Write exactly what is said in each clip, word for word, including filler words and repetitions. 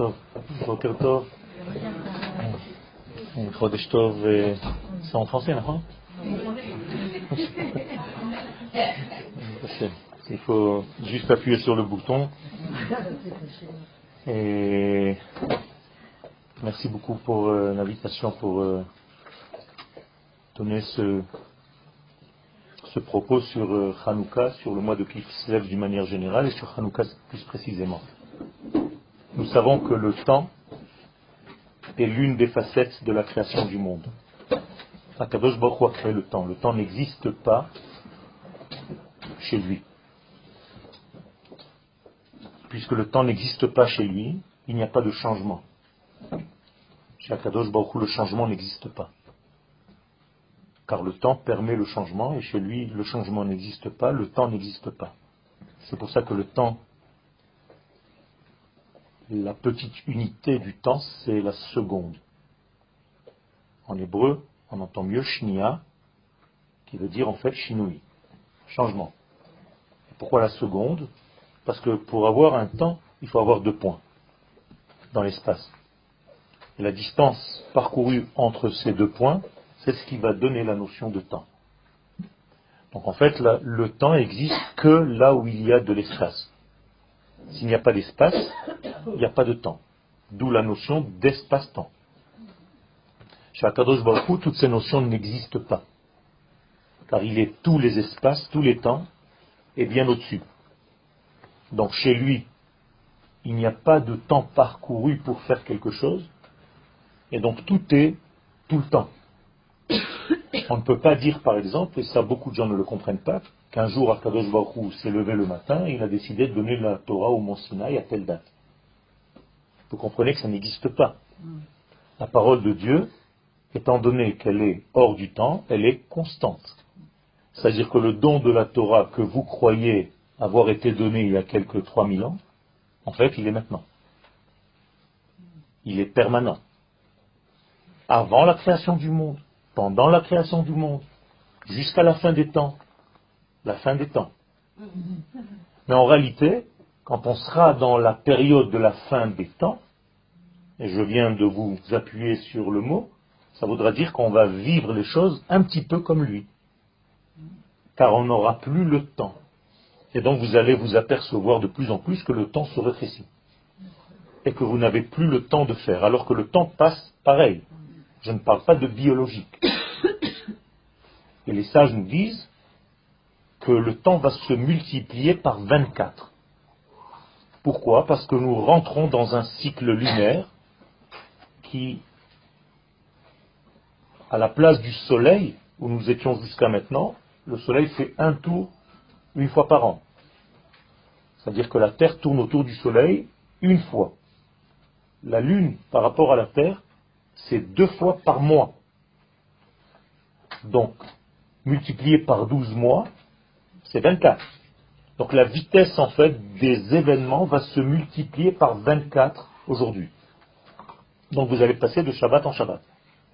טוב, בוקר טוב. חודש טוב, c'est en français, נכון? Il faut juste appuyer sur le bouton. Et merci beaucoup pour euh, l'invitation, pour euh, donner ce, ce propos sur euh, Hanouka, sur le mois de Kislev d'une manière générale et sur Hanouka plus précisément. Nous savons que le temps est l'une des facettes de la création du monde. Akadosh Baruch Hu a créé le temps. Le temps n'existe pas chez lui. Puisque le temps n'existe pas chez lui, il n'y a pas de changement. Chez Akadosh Baruch Hu, le changement n'existe pas. Car le temps permet le changement, et chez lui, le changement n'existe pas, le temps n'existe pas. C'est pour ça que le temps, la petite unité du temps, c'est la seconde. En hébreu, on entend mieux shnia, qui veut dire en fait shinui, changement. Et pourquoi la seconde? Parce que pour avoir un temps, il faut avoir deux points dans l'espace. Et la distance parcourue entre ces deux points, c'est ce qui va donner la notion de temps. Donc en fait, là, le temps existe que là où il y a de l'espace. S'il n'y a pas d'espace, il n'y a pas de temps. D'où la notion d'espace-temps. Chez Akadosh Baruch Hu, toutes ces notions n'existent pas. Car il est tous les espaces, tous les temps, et bien au-dessus. Donc chez lui, il n'y a pas de temps parcouru pour faire quelque chose, et donc tout est tout le temps. On ne peut pas dire par exemple, et ça beaucoup de gens ne le comprennent pas, qu'un jour Akadosh Baruch Hu s'est levé le matin et il a décidé de donner la Torah au Mont Sinaï à telle date. Vous comprenez que ça n'existe pas. La parole de Dieu, étant donné qu'elle est hors du temps, elle est constante. C'est-à-dire que le don de la Torah que vous croyez avoir été donné il y a quelques trois mille ans, en fait, il est maintenant. Il est permanent. Avant la création du monde, pendant la création du monde, jusqu'à la fin des temps. La fin des temps. Mais en réalité, quand on sera dans la période de la fin des temps, et je viens de vous appuyer sur le mot, ça voudra dire qu'on va vivre les choses un petit peu comme lui. Car on n'aura plus le temps. Et donc vous allez vous apercevoir de plus en plus que le temps se rétrécit. Et que vous n'avez plus le temps de faire, alors que le temps passe pareil. Je ne parle pas de biologique. Et les sages nous disent que le temps va se multiplier par vingt-quatre. Pourquoi? Parce que nous rentrons dans un cycle lunaire qui, à la place du soleil, où nous étions jusqu'à maintenant, le soleil fait un tour une fois par an. C'est-à-dire que la Terre tourne autour du soleil une fois. La Lune, par rapport à la Terre, c'est deux fois par mois. Donc, multiplié par douze mois, c'est vingt-quatre. Donc la vitesse en fait des événements va se multiplier par vingt-quatre aujourd'hui. Donc vous allez passer de Shabbat en Shabbat.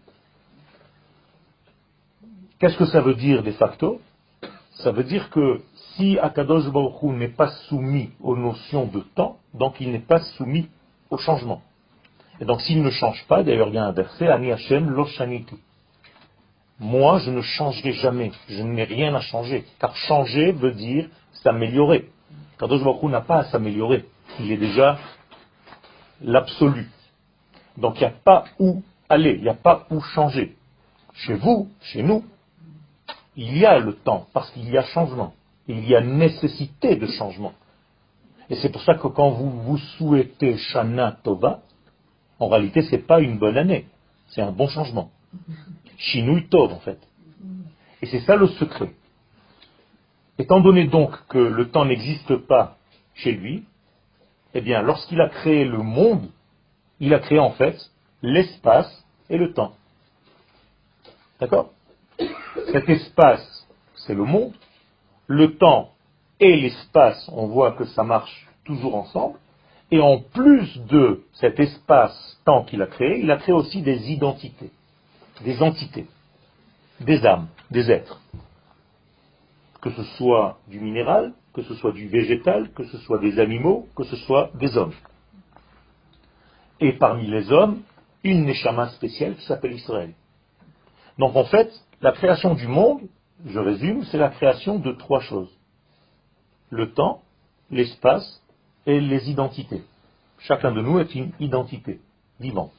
Qu'est-ce que ça veut dire de facto? Ça veut dire que si Akadosh Baruch Hu n'est pas soumis aux notions de temps, donc il n'est pas soumis au changement. Et donc s'il ne change pas, d'ailleurs il y a un verset, Ani Hashem lo shanitu. Moi je ne changerai jamais, je n'ai rien à changer. Car changer veut dire s'améliorer. Akadosh Baruch Hu n'a pas à s'améliorer, il est déjà l'absolu. Donc il n'y a pas où aller, il n'y a pas où changer. Chez vous, chez nous, il y a le temps, parce qu'il y a changement. Il y a nécessité de changement. Et c'est pour ça que quand vous vous souhaitez Shana Tova, en réalité, ce n'est pas une bonne année. C'est un bon changement. Shinui Tov, en fait. Et c'est ça le secret. Étant donné donc que le temps n'existe pas chez lui, eh bien, lorsqu'il a créé le monde, il a créé en fait l'espace et le temps. D'accord? Cet espace, c'est le monde. Le temps et l'espace, on voit que ça marche toujours ensemble. Et en plus de cet espace-temps qu'il a créé, il a créé aussi des identités, des entités, des âmes, des êtres. Que ce soit du minéral, que ce soit du végétal, que ce soit des animaux, que ce soit des hommes. et parmi les hommes, une Neshama spéciale qui s'appelle Israël. Donc en fait, la création du monde, je résume, c'est la création de trois choses. Le temps, l'espace et les identités. Chacun de nous est une identité vivante.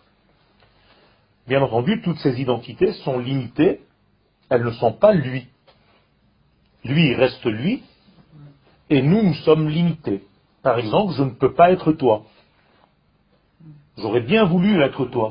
Bien entendu, toutes ces identités sont limitées, elles ne sont pas lui. Lui reste lui, et nous, nous sommes limités. Par exemple, je ne peux pas être toi. J'aurais bien voulu être toi,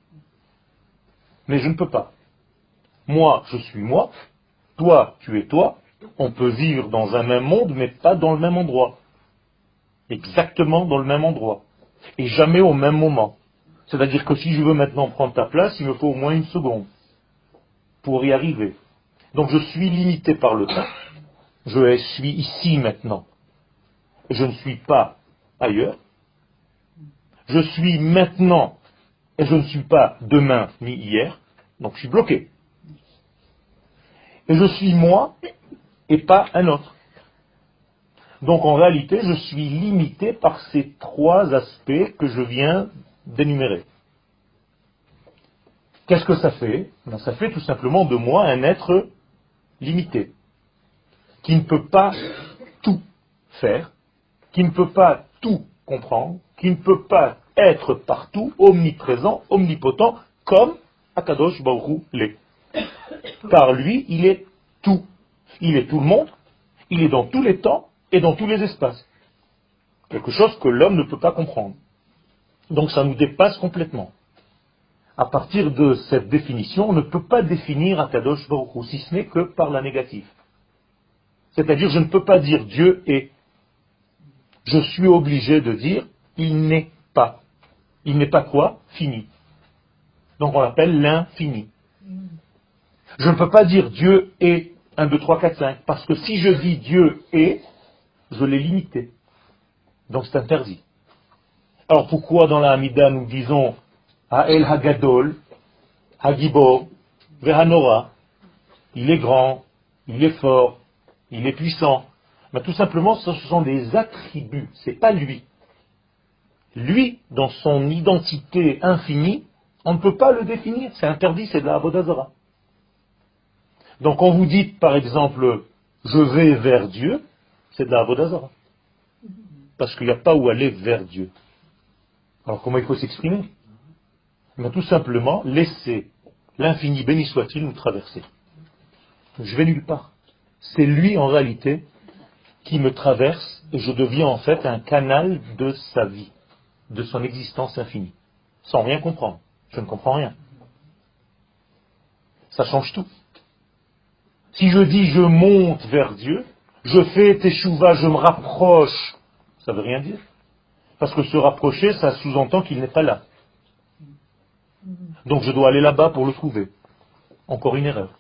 mais je ne peux pas. Moi, je suis moi, toi, tu es toi, on peut vivre dans un même monde, mais pas dans le même endroit. Exactement dans le même endroit. Et jamais au même moment. C'est-à-dire que si je veux maintenant prendre ta place, il me faut au moins une seconde pour y arriver. Donc je suis limité par le temps. Je suis ici maintenant. Je ne suis pas ailleurs. Je suis maintenant et je ne suis pas demain ni hier. Donc je suis bloqué. Et je suis moi et pas un autre. Donc en réalité, je suis limité par ces trois aspects que je viens d'énumérer. Qu'est-ce que ça fait? Ben, ça fait tout simplement de moi un être limité, qui ne peut pas tout faire, qui ne peut pas tout comprendre, qui ne peut pas être partout, omniprésent, omnipotent, comme Akadosh Baruch Hu l'est. Car lui, il est tout. Il est tout le monde, il est dans tous les temps et dans tous les espaces. Quelque chose que l'homme ne peut pas comprendre. Donc ça nous dépasse complètement. À partir de cette définition, on ne peut pas définir Akadosh Baruch Hu, si ce n'est que par la négative. C'est-à-dire, je ne peux pas dire Dieu est. Je suis obligé de dire, il n'est pas. Il n'est pas quoi? Fini. Donc on l'appelle l'infini. Je ne peux pas dire Dieu est un, deux, trois, quatre, cinq, parce que si je dis Dieu est, je l'ai limité. Donc c'est interdit. Alors pourquoi dans la Hamida nous disons Ha'el Hagadol, Hagibor, Vehanora, il est grand, il est fort, il est puissant. Mais tout simplement, ce sont des attributs, c'est pas lui. Lui, dans son identité infinie, on ne peut pas le définir, c'est interdit, c'est de la Avodah Zarah. Donc quand vous dites par exemple je vais vers Dieu, c'est de la Avodah Zarah. Parce qu'il n'y a pas où aller vers Dieu. Alors comment il faut s'exprimer? Mais tout simplement laisser l'infini, béni soit-il, nous traverser. Je vais nulle part. C'est lui en réalité qui me traverse et je deviens en fait un canal de sa vie, de son existence infinie, sans rien comprendre. Je ne comprends rien. Ça change tout. Si je dis je monte vers Dieu, je fais teshuva, je me rapproche, ça ne veut rien dire. Parce que se rapprocher, ça sous-entend qu'il n'est pas là. Donc je dois aller là-bas pour le trouver. Encore une erreur.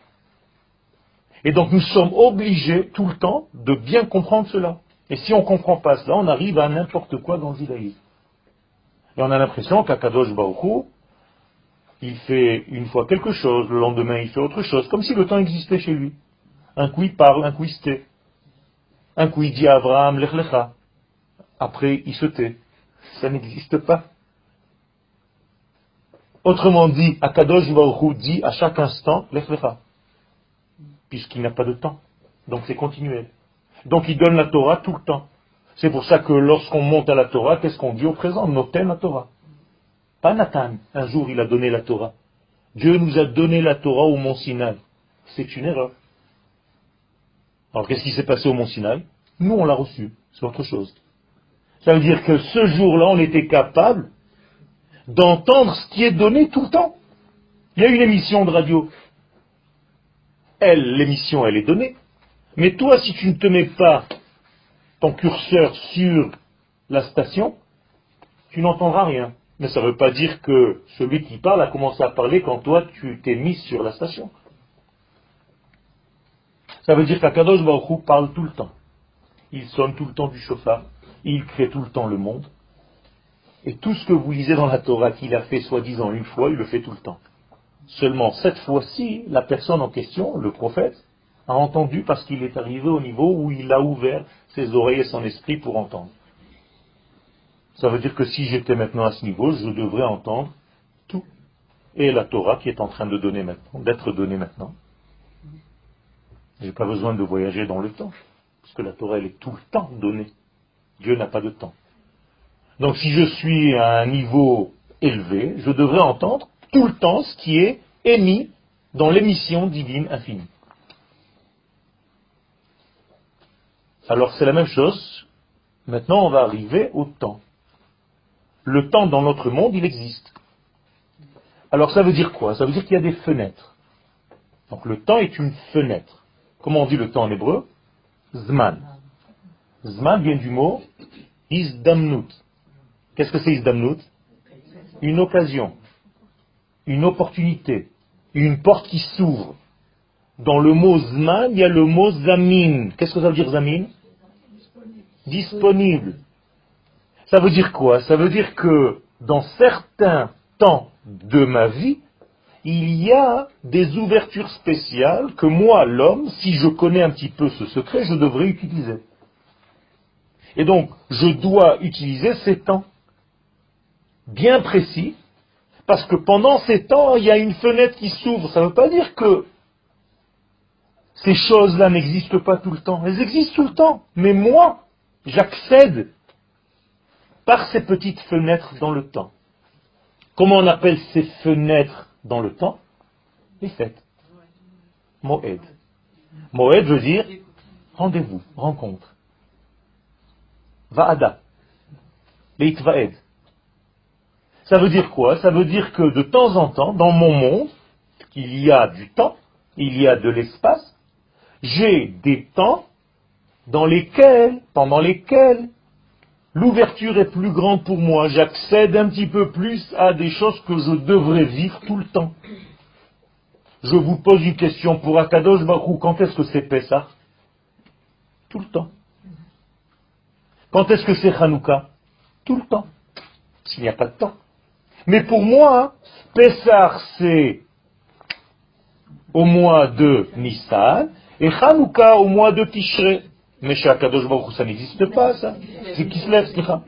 Et donc nous sommes obligés tout le temps de bien comprendre cela. Et si on ne comprend pas cela, on arrive à n'importe quoi dans le judaïsme. Et on a l'impression qu'Akadosh Baruch Hu, il fait une fois quelque chose, le lendemain il fait autre chose, comme si le temps existait chez lui. Un coup il parle, un coup il se tait. Un coup il dit à Abraham, Lech Lecha. Après il se tait. Ça n'existe pas. Autrement dit, Akadosh Baruch Hu dit à chaque instant, Lech Lecha. Puisqu'il n'a pas de temps. Donc c'est continuel. Donc il donne la Torah tout le temps. C'est pour ça que lorsqu'on monte à la Torah, qu'est-ce qu'on dit au présent? Noten la Torah. Pas Nathan. Un jour il a donné la Torah. Dieu nous a donné la Torah au Mont Sinaï. C'est une erreur. Alors qu'est-ce qui s'est passé au Mont Sinaï? Nous on l'a reçu. C'est autre chose. Ça veut dire que ce jour-là on était capable d'entendre ce qui est donné tout le temps. Il y a une émission de radio. Elle, l'émission, elle est donnée. Mais toi, si tu ne te mets pas ton curseur sur la station, tu n'entendras rien. Mais ça ne veut pas dire que celui qui parle a commencé à parler quand toi, tu t'es mis sur la station. Ça veut dire qu'Akadosh Baruch Hu parle tout le temps. Il sonne tout le temps du chauffard. Il crée tout le temps le monde. Et tout ce que vous lisez dans la Torah qu'il a fait soi-disant une fois, il le fait tout le temps. Seulement, cette fois-ci, la personne en question, le prophète, a entendu parce qu'il est arrivé au niveau où il a ouvert ses oreilles et son esprit pour entendre. Ça veut dire que si j'étais maintenant à ce niveau, je devrais entendre tout. Et la Torah qui est en train de donner maintenant, d'être donnée maintenant. Je n'ai pas besoin de voyager dans le temps, parce que la Torah, elle est tout le temps donnée. Dieu n'a pas de temps. Donc si je suis à un niveau élevé, je devrais entendre tout le temps ce qui est émis dans l'émission divine infinie. Alors c'est la même chose. Maintenant on va arriver au temps. Le temps dans notre monde, il existe. Alors ça veut dire quoi? Ça veut dire qu'il y a des fenêtres. Donc le temps est une fenêtre. Comment on dit le temps en hébreu? Zman. Zman vient du mot Izdamnut. Qu'est-ce que c'est Izdamnut? Une occasion, une opportunité, une porte qui s'ouvre. Dans le mot Zman, il y a le mot Zamin. Qu'est-ce que ça veut dire Zamin? Disponible. Ça veut dire quoi? Ça veut dire que dans certains temps de ma vie, il y a des ouvertures spéciales que moi, l'homme, si je connais un petit peu ce secret, je devrais utiliser. Et donc, je dois utiliser ces temps bien précis, parce que pendant ces temps, il y a une fenêtre qui s'ouvre. Ça ne veut pas dire que ces choses-là n'existent pas tout le temps. Elles existent tout le temps. Mais moi, j'accède par ces petites fenêtres dans le temps. Comment on appelle ces fenêtres dans le temps? Les fêtes. Moed. Moed veut dire rendez-vous, rencontre. Va'ada. Leitvaed. Ça veut dire quoi? Ça veut dire que de temps en temps, dans mon monde, il y a du temps, il y a de l'espace, j'ai des temps dans lesquels, pendant lesquels, l'ouverture est plus grande pour moi. J'accède un petit peu plus à des choses que je devrais vivre tout le temps. Je vous pose une question pour Akadosh Baruch Hu. Quand est-ce que c'est Pessah? Tout le temps. Quand est-ce que c'est Hanouka? Tout le temps. S'il n'y a pas de temps. Mais pour moi, Pessah c'est au mois de Nissan et Hanouka au mois de Tishré. Mais chez Akadosh Baruch Hu, ça n'existe pas, ça. C'est Kislev, Slicha.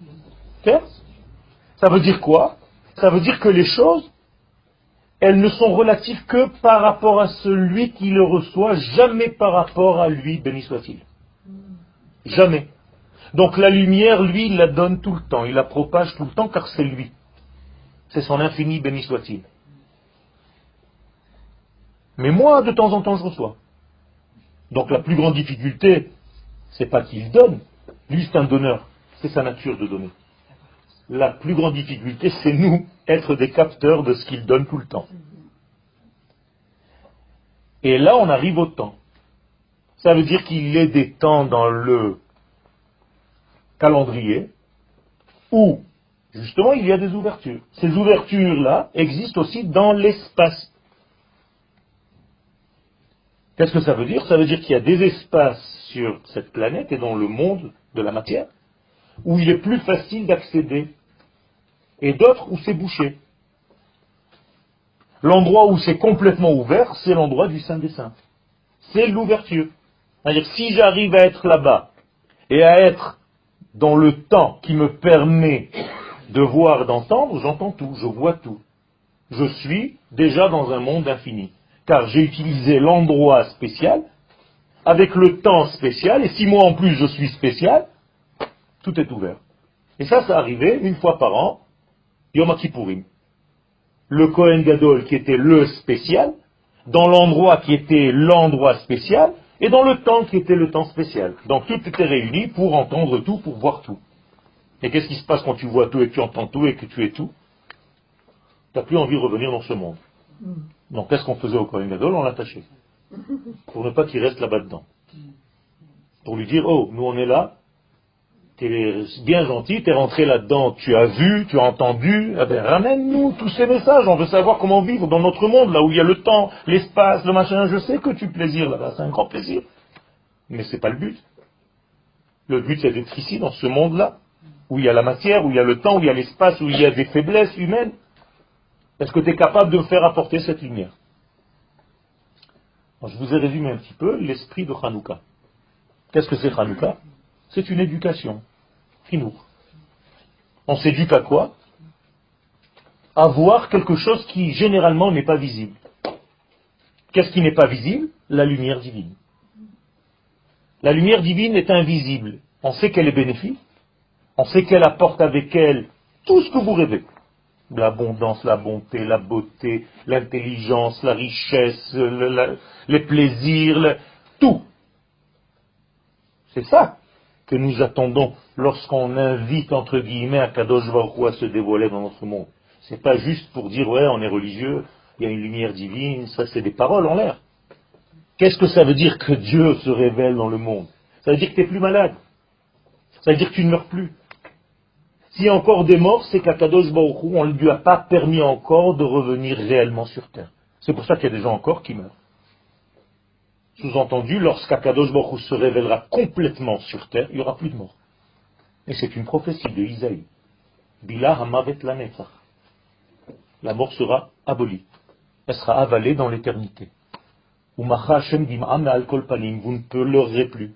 Ça veut dire quoi? Ça veut dire que les choses, elles ne sont relatives que par rapport à celui qui le reçoit, jamais par rapport à lui, béni soit-il. Jamais. Donc la lumière, lui, il la donne tout le temps, il la propage tout le temps, car c'est lui. C'est son infini, béni soit-il. Mais moi, de temps en temps, je reçois. Donc la plus grande difficulté, c'est pas qu'il donne, lui c'est un donneur, c'est sa nature de donner. La plus grande difficulté, c'est nous, être des capteurs de ce qu'il donne tout le temps. Et là, on arrive au temps. Ça veut dire qu'il y a des temps dans le calendrier où, justement, il y a des ouvertures. Ces ouvertures-là existent aussi dans l'espace. Qu'est-ce que ça veut dire? Ça veut dire qu'il y a des espaces sur cette planète et dans le monde de la matière où il est plus facile d'accéder et d'autres où c'est bouché. L'endroit où c'est complètement ouvert, c'est l'endroit du Saint des Saints. C'est l'ouverture. C'est-à-dire si j'arrive à être là-bas et à être dans le temps qui me permet de voir, d'entendre, j'entends tout, je vois tout. Je suis déjà dans un monde infini. Car j'ai utilisé l'endroit spécial avec le temps spécial, et si moi en plus je suis spécial, tout est ouvert. Et ça, ça arrivait une fois par an, Yom Kippourim. Le Kohen Gadol qui était le spécial, dans l'endroit qui était l'endroit spécial, et dans le temps qui était le temps spécial. Donc tout était réuni pour entendre tout, pour voir tout. Et qu'est-ce qui se passe quand tu vois tout et que tu entends tout et que tu es tout? Tu n'as plus envie de revenir dans ce monde. Donc qu'est-ce qu'on faisait au Kohen Gadol? On l'attachait. Pour ne pas qu'il reste là-bas dedans. Pour lui dire, oh, nous on est là, t'es bien gentil, t'es rentré là-dedans, tu as vu, tu as entendu, eh ben, ramène-nous tous ces messages, on veut savoir comment vivre dans notre monde, là où il y a le temps, l'espace, le machin, je sais que tu plaisir là-bas, c'est un grand plaisir. Mais c'est pas le but. Le but c'est d'être ici, dans ce monde-là, où il y a la matière, où il y a le temps, où il y a l'espace, où il y a des faiblesses humaines. Est-ce que tu es capable de me faire apporter cette lumière? Alors, je vous ai résumé un petit peu l'esprit de Hanouka. Qu'est-ce que c'est Hanouka? C'est une éducation. Chinour. On s'éduque à quoi? À voir quelque chose qui généralement n'est pas visible. Qu'est-ce qui n'est pas visible? La lumière divine. La lumière divine est invisible. On sait qu'elle est bénéfique. On sait qu'elle apporte avec elle tout ce que vous rêvez. L'abondance, la bonté, la beauté, l'intelligence, la richesse, le, la, les plaisirs, le, tout. C'est ça que nous attendons lorsqu'on invite, entre guillemets, à Kadosh Baruch Hu à se dévoiler dans notre monde. C'est pas juste pour dire, ouais, on est religieux, il y a une lumière divine, ça c'est des paroles en l'air. Qu'est-ce que ça veut dire que Dieu se révèle dans le monde? Ça veut dire que tu n'es plus malade. Ça veut dire que tu ne meurs plus. S'il y a encore des morts, c'est qu'à Kadosh Baruch Hu, on ne lui a pas permis encore de revenir réellement sur terre. C'est pour ça qu'il y a des gens encore qui meurent. Sous-entendu, lorsqu'Akadosh Baruch Hu se révélera complètement sur terre, il n'y aura plus de mort. Et c'est une prophétie de Isaïe. Bila hamavet lanetzach. La mort sera abolie. Elle sera avalée dans l'éternité. Umacha Hashem dim'am me'al kol panim. Vous ne pleurerez plus.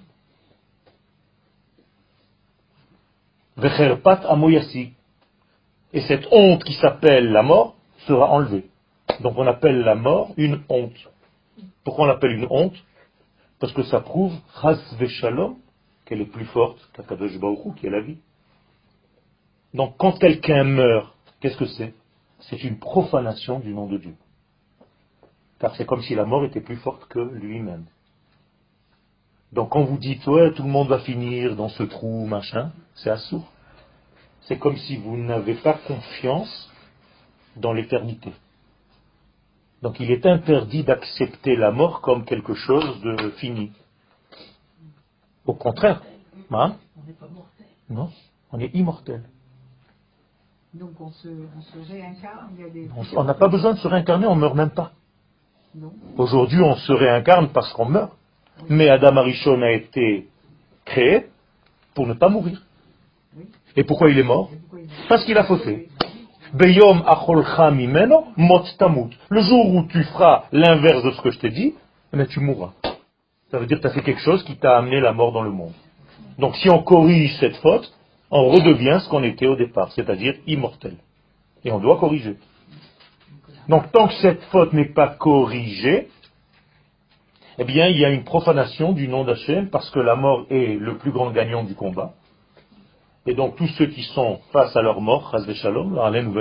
Vecherpat amoyasi. Et cette honte qui s'appelle la mort sera enlevée. Donc on appelle la mort une honte. Pourquoi on l'appelle une honte? Parce que ça prouve, chas v'shalom, qu'elle est plus forte qu'Akadosh Baruch Hu, qui est la vie. Donc quand quelqu'un meurt, qu'est-ce que c'est? C'est une profanation du nom de Dieu. Car c'est comme si la mort était plus forte que lui-même. Donc quand vous dites, ouais, tout le monde va finir dans ce trou, machin, c'est assourd. C'est comme si vous n'avez pas confiance dans l'éternité. Donc il est interdit d'accepter la mort comme quelque chose de fini. Au contraire. Hein? On n'est pas mortel. Non, on est immortel. Donc on se, on se réincarne, il y a des... On n'a pas besoin de se réincarner, on ne meurt même pas. Non. Aujourd'hui, on se réincarne parce qu'on meurt. Oui. Mais Adam Arishon a été créé pour ne pas mourir. Oui. Et pourquoi il est mort? Pourquoi il... Parce qu'il a fauté. Beyom acholcha mimeno mot tamut. Le jour où tu feras l'inverse de ce que je t'ai dit, eh tu mourras. Ça veut dire que tu as fait quelque chose qui t'a amené la mort dans le monde. Donc si on corrige cette faute, on redevient ce qu'on était au départ, c'est-à-dire immortel. Et on doit corriger. Donc tant que cette faute n'est pas corrigée, eh bien il y a une profanation du nom d'Hachem parce que la mort est le plus grand gagnant du combat. Et donc tous ceux qui sont face à leur mort, Chas v'Shalom,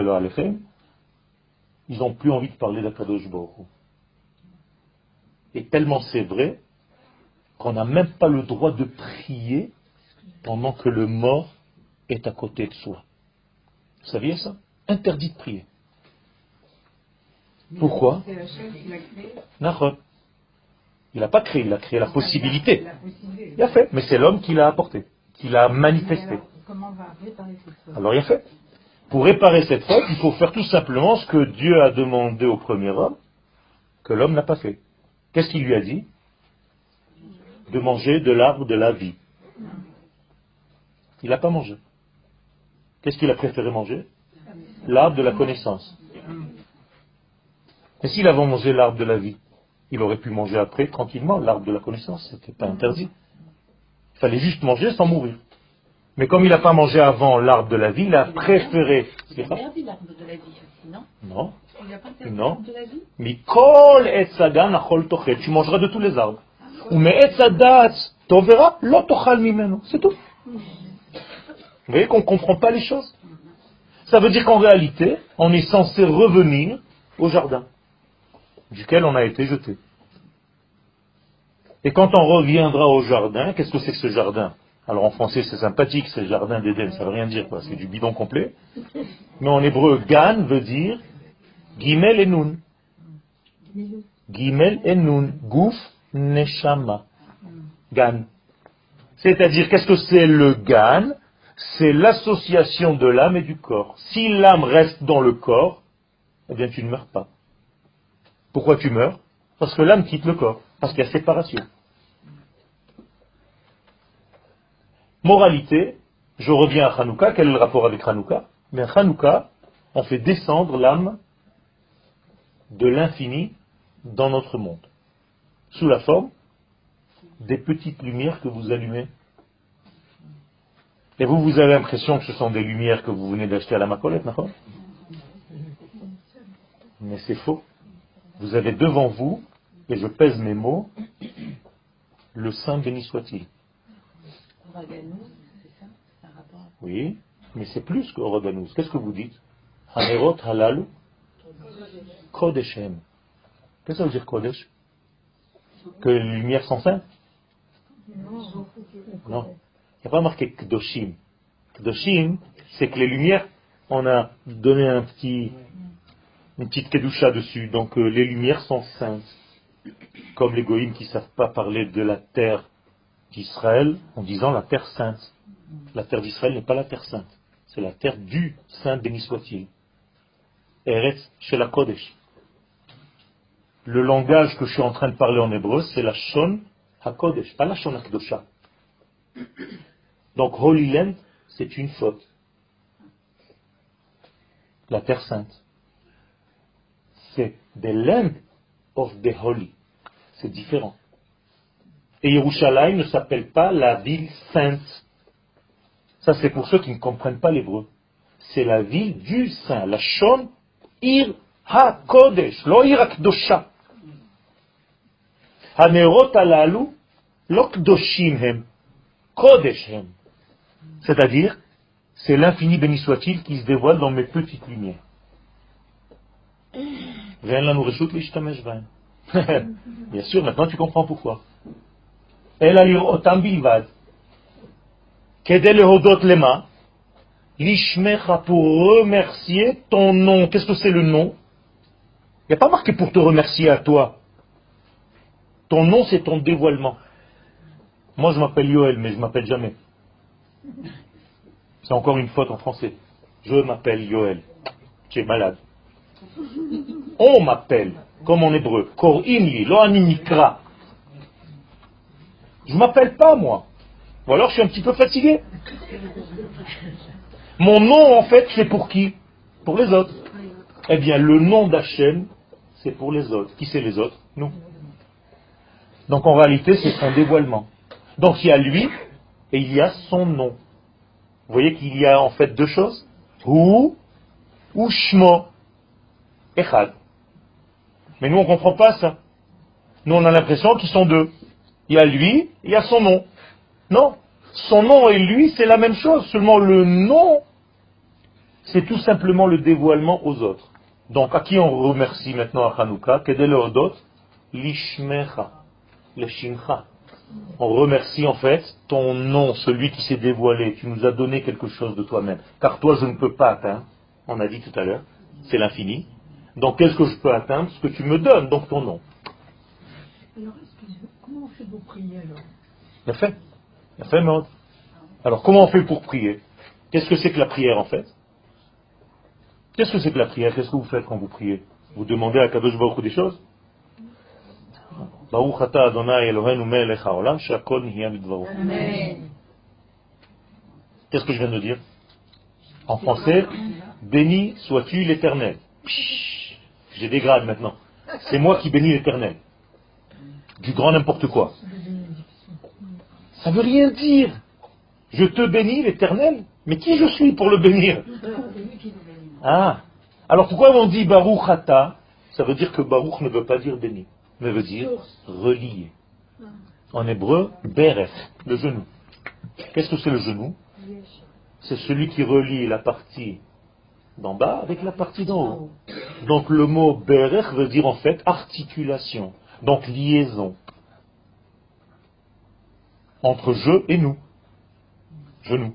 ils n'ont plus envie de parler d'Akadosh Baruch Hu. Et tellement c'est vrai qu'on n'a même pas le droit de prier pendant que le mort est à côté de soi. Vous saviez ça? Interdit de prier. Mais pourquoi? C'est Hachem qui l'a créé. Nahon. Il n'a pas créé, il a créé la possibilité. La possibilité. Il a fait, mais c'est l'homme qui l'a apporté, qui l'a manifesté. Alors, comment on va réparer cette faute? Alors il a fait. Pour réparer cette faute, il faut faire tout simplement ce que Dieu a demandé au premier homme, que l'homme n'a pas fait. Qu'est-ce qu'il lui a dit? De manger de l'arbre de la vie. Il n'a pas mangé. Qu'est-ce qu'il a préféré manger? L'arbre de la connaissance. Et s'il avait mangé l'arbre de la vie, il aurait pu manger après, tranquillement, l'arbre de la connaissance. Ce n'était pas interdit. Il fallait juste manger sans mourir. Mais comme il n'a pas mangé avant l'arbre de la vie, il a préféré... Il a interdit l'arbre de la vie aussi, non? Non. Il n'a pas interdit Non. l'arbre de la vie? Mikol etzagan achol tochel. Tu mangeras de tous les arbres. Ou me etzadat tovera lo tochal mimeno. C'est tout. Vous voyez qu'on ne comprend pas les choses. Ça veut dire qu'en réalité, on est censé revenir au jardin duquel on a été jeté. Et quand on reviendra au jardin, qu'est-ce que c'est que ce jardin? Alors en français c'est sympathique, c'est le jardin d'Éden, ça veut rien dire, quoi. C'est du bidon complet. Mais en hébreu, Gan veut dire Gimel et Nun. Gimel et Nun. Gouf Neshama. Gan. C'est-à-dire, qu'est-ce que c'est le Gan? C'est l'association de l'âme et du corps. Si l'âme reste dans le corps, eh bien tu ne meurs pas. Pourquoi tu meurs? Parce que l'âme quitte le corps. Parce qu'il y a séparation. Moralité, je reviens à Hanouka. Quel est le rapport avec Hanouka? Mais à Hanouka, on fait descendre l'âme de l'infini dans notre monde. Sous la forme des petites lumières que vous allumez. Et vous, vous avez l'impression que ce sont des lumières que vous venez d'acheter à la Macolette, d'accord? Mais c'est faux. Vous avez devant vous, et je pèse mes mots, le Saint béni soit-il. Oui, mais c'est plus que Oroganous. Qu'est-ce que vous dites? Hanerot halalu Kodeshem. Qu'est-ce que ça veut dire Kodesh? Que les lumières sont saintes? Non. Il n'y a pas marqué Kdoshim. Kdoshim, c'est que les lumières, on a donné un petit, une petite kedusha dessus. Donc euh, les lumières sont saintes. Comme les goïms qui ne savent pas parler de la terre d'Israël en disant la terre sainte. La terre d'Israël n'est pas la terre sainte. C'est la terre du Saint béni soit-il. Eretz chez la Kodesh. Le langage que je suis en train de parler en hébreu, c'est la Shon HaKodesh, pas la Shon HaKdosha. Donc Holy Land, c'est une faute. La terre sainte. C'est the land of the holy. C'est différent. Et Yerushalayim ne s'appelle pas la ville sainte. Ça, c'est pour ceux qui ne comprennent pas l'hébreu. C'est la ville du saint. La Shon Ir HaKodesh, lo Ir HaKdosha. Hanerot halalu lo kdoshim hem, kodesh hem. C'est-à-dire, c'est l'infini béni soit-il qui se dévoile dans mes petites lumières. Bien sûr, maintenant tu comprends pourquoi. El alir otam bilvad, kedel lehodot lema, lishmecha, pour remercier ton nom. Qu'est-ce que c'est le nom? Il n'y a pas marqué pour te remercier à toi. Ton nom, c'est ton dévoilement. Moi, je m'appelle Yoel, mais je ne m'appelle jamais. C'est encore une faute en français. Je m'appelle Yoel. Tu es malade. On m'appelle, comme en hébreu. Kor imli, lo ani nikra. Je ne m'appelle pas, moi. Ou alors, je suis un petit peu fatigué. Mon nom, en fait, c'est pour qui? Pour les autres. Eh bien, le nom d'Hachem, c'est pour les autres. Qui c'est les autres? Nous. Donc en réalité, c'est son dévoilement. Donc il y a lui et il y a son nom. Vous voyez qu'il y a en fait deux choses. Hu ou Shmo. Echad. Mais nous on ne comprend pas ça. Nous on a l'impression qu'ils sont deux. Il y a lui et il y a son nom. Non. Son nom et lui, c'est la même chose. Seulement le nom, c'est tout simplement le dévoilement aux autres. Donc à qui on remercie maintenant à Hanouka? Kedel lehodot lishmecha. Le Shimcha. On remercie en fait ton nom, celui qui s'est dévoilé. Tu nous as donné quelque chose de toi-même. Car toi, je ne peux pas atteindre. On a dit tout à l'heure. C'est l'infini. Donc, qu'est-ce que je peux atteindre? Ce que tu me donnes, donc ton nom. Alors, excusez-moi, comment on fait pour prier alors? Bien fait. Bien fait, Maud. Alors, comment on fait pour prier? Qu'est-ce que c'est que la prière en fait? Qu'est-ce que c'est que la prière? Qu'est-ce que vous faites quand vous priez? Vous demandez à Kadosh Baruch Hu des choses? Baruch ata Adonai Eloheinu melech haolam she'akol nihya bidvaro. Qu'est-ce que je viens de dire? En français, béni sois-tu l'Éternel. J'ai des grades maintenant. C'est moi qui bénis l'Éternel. Du grand n'importe quoi. Ça veut rien dire. Je te bénis l'Éternel. Mais qui je suis pour le bénir? Ah. Alors pourquoi on dit Baruch ata? Ça veut dire que Baruch ne veut pas dire béni, mais veut dire relier. En hébreu, berech, le genou. Qu'est-ce que c'est le genou? C'est celui qui relie la partie d'en bas avec la partie d'en haut. Donc le mot berech veut dire en fait articulation, donc liaison entre je et nous. Genou.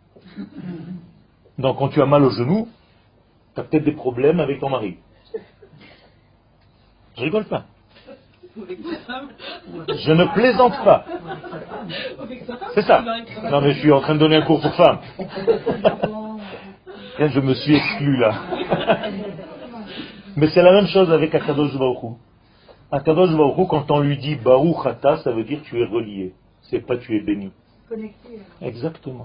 Donc quand tu as mal au genou, tu as peut-être des problèmes avec ton mari. Je rigole pas. Je ne plaisante pas. C'est ça. Non mais je suis en train de donner un cours pour femmes. Je me suis exclu là. Mais c'est la même chose avec Akadosh Baruch Hu. Akadosh Baruch Hu, quand on lui dit Baruch Ata, ça veut dire tu es relié. C'est pas tu es béni. Exactement.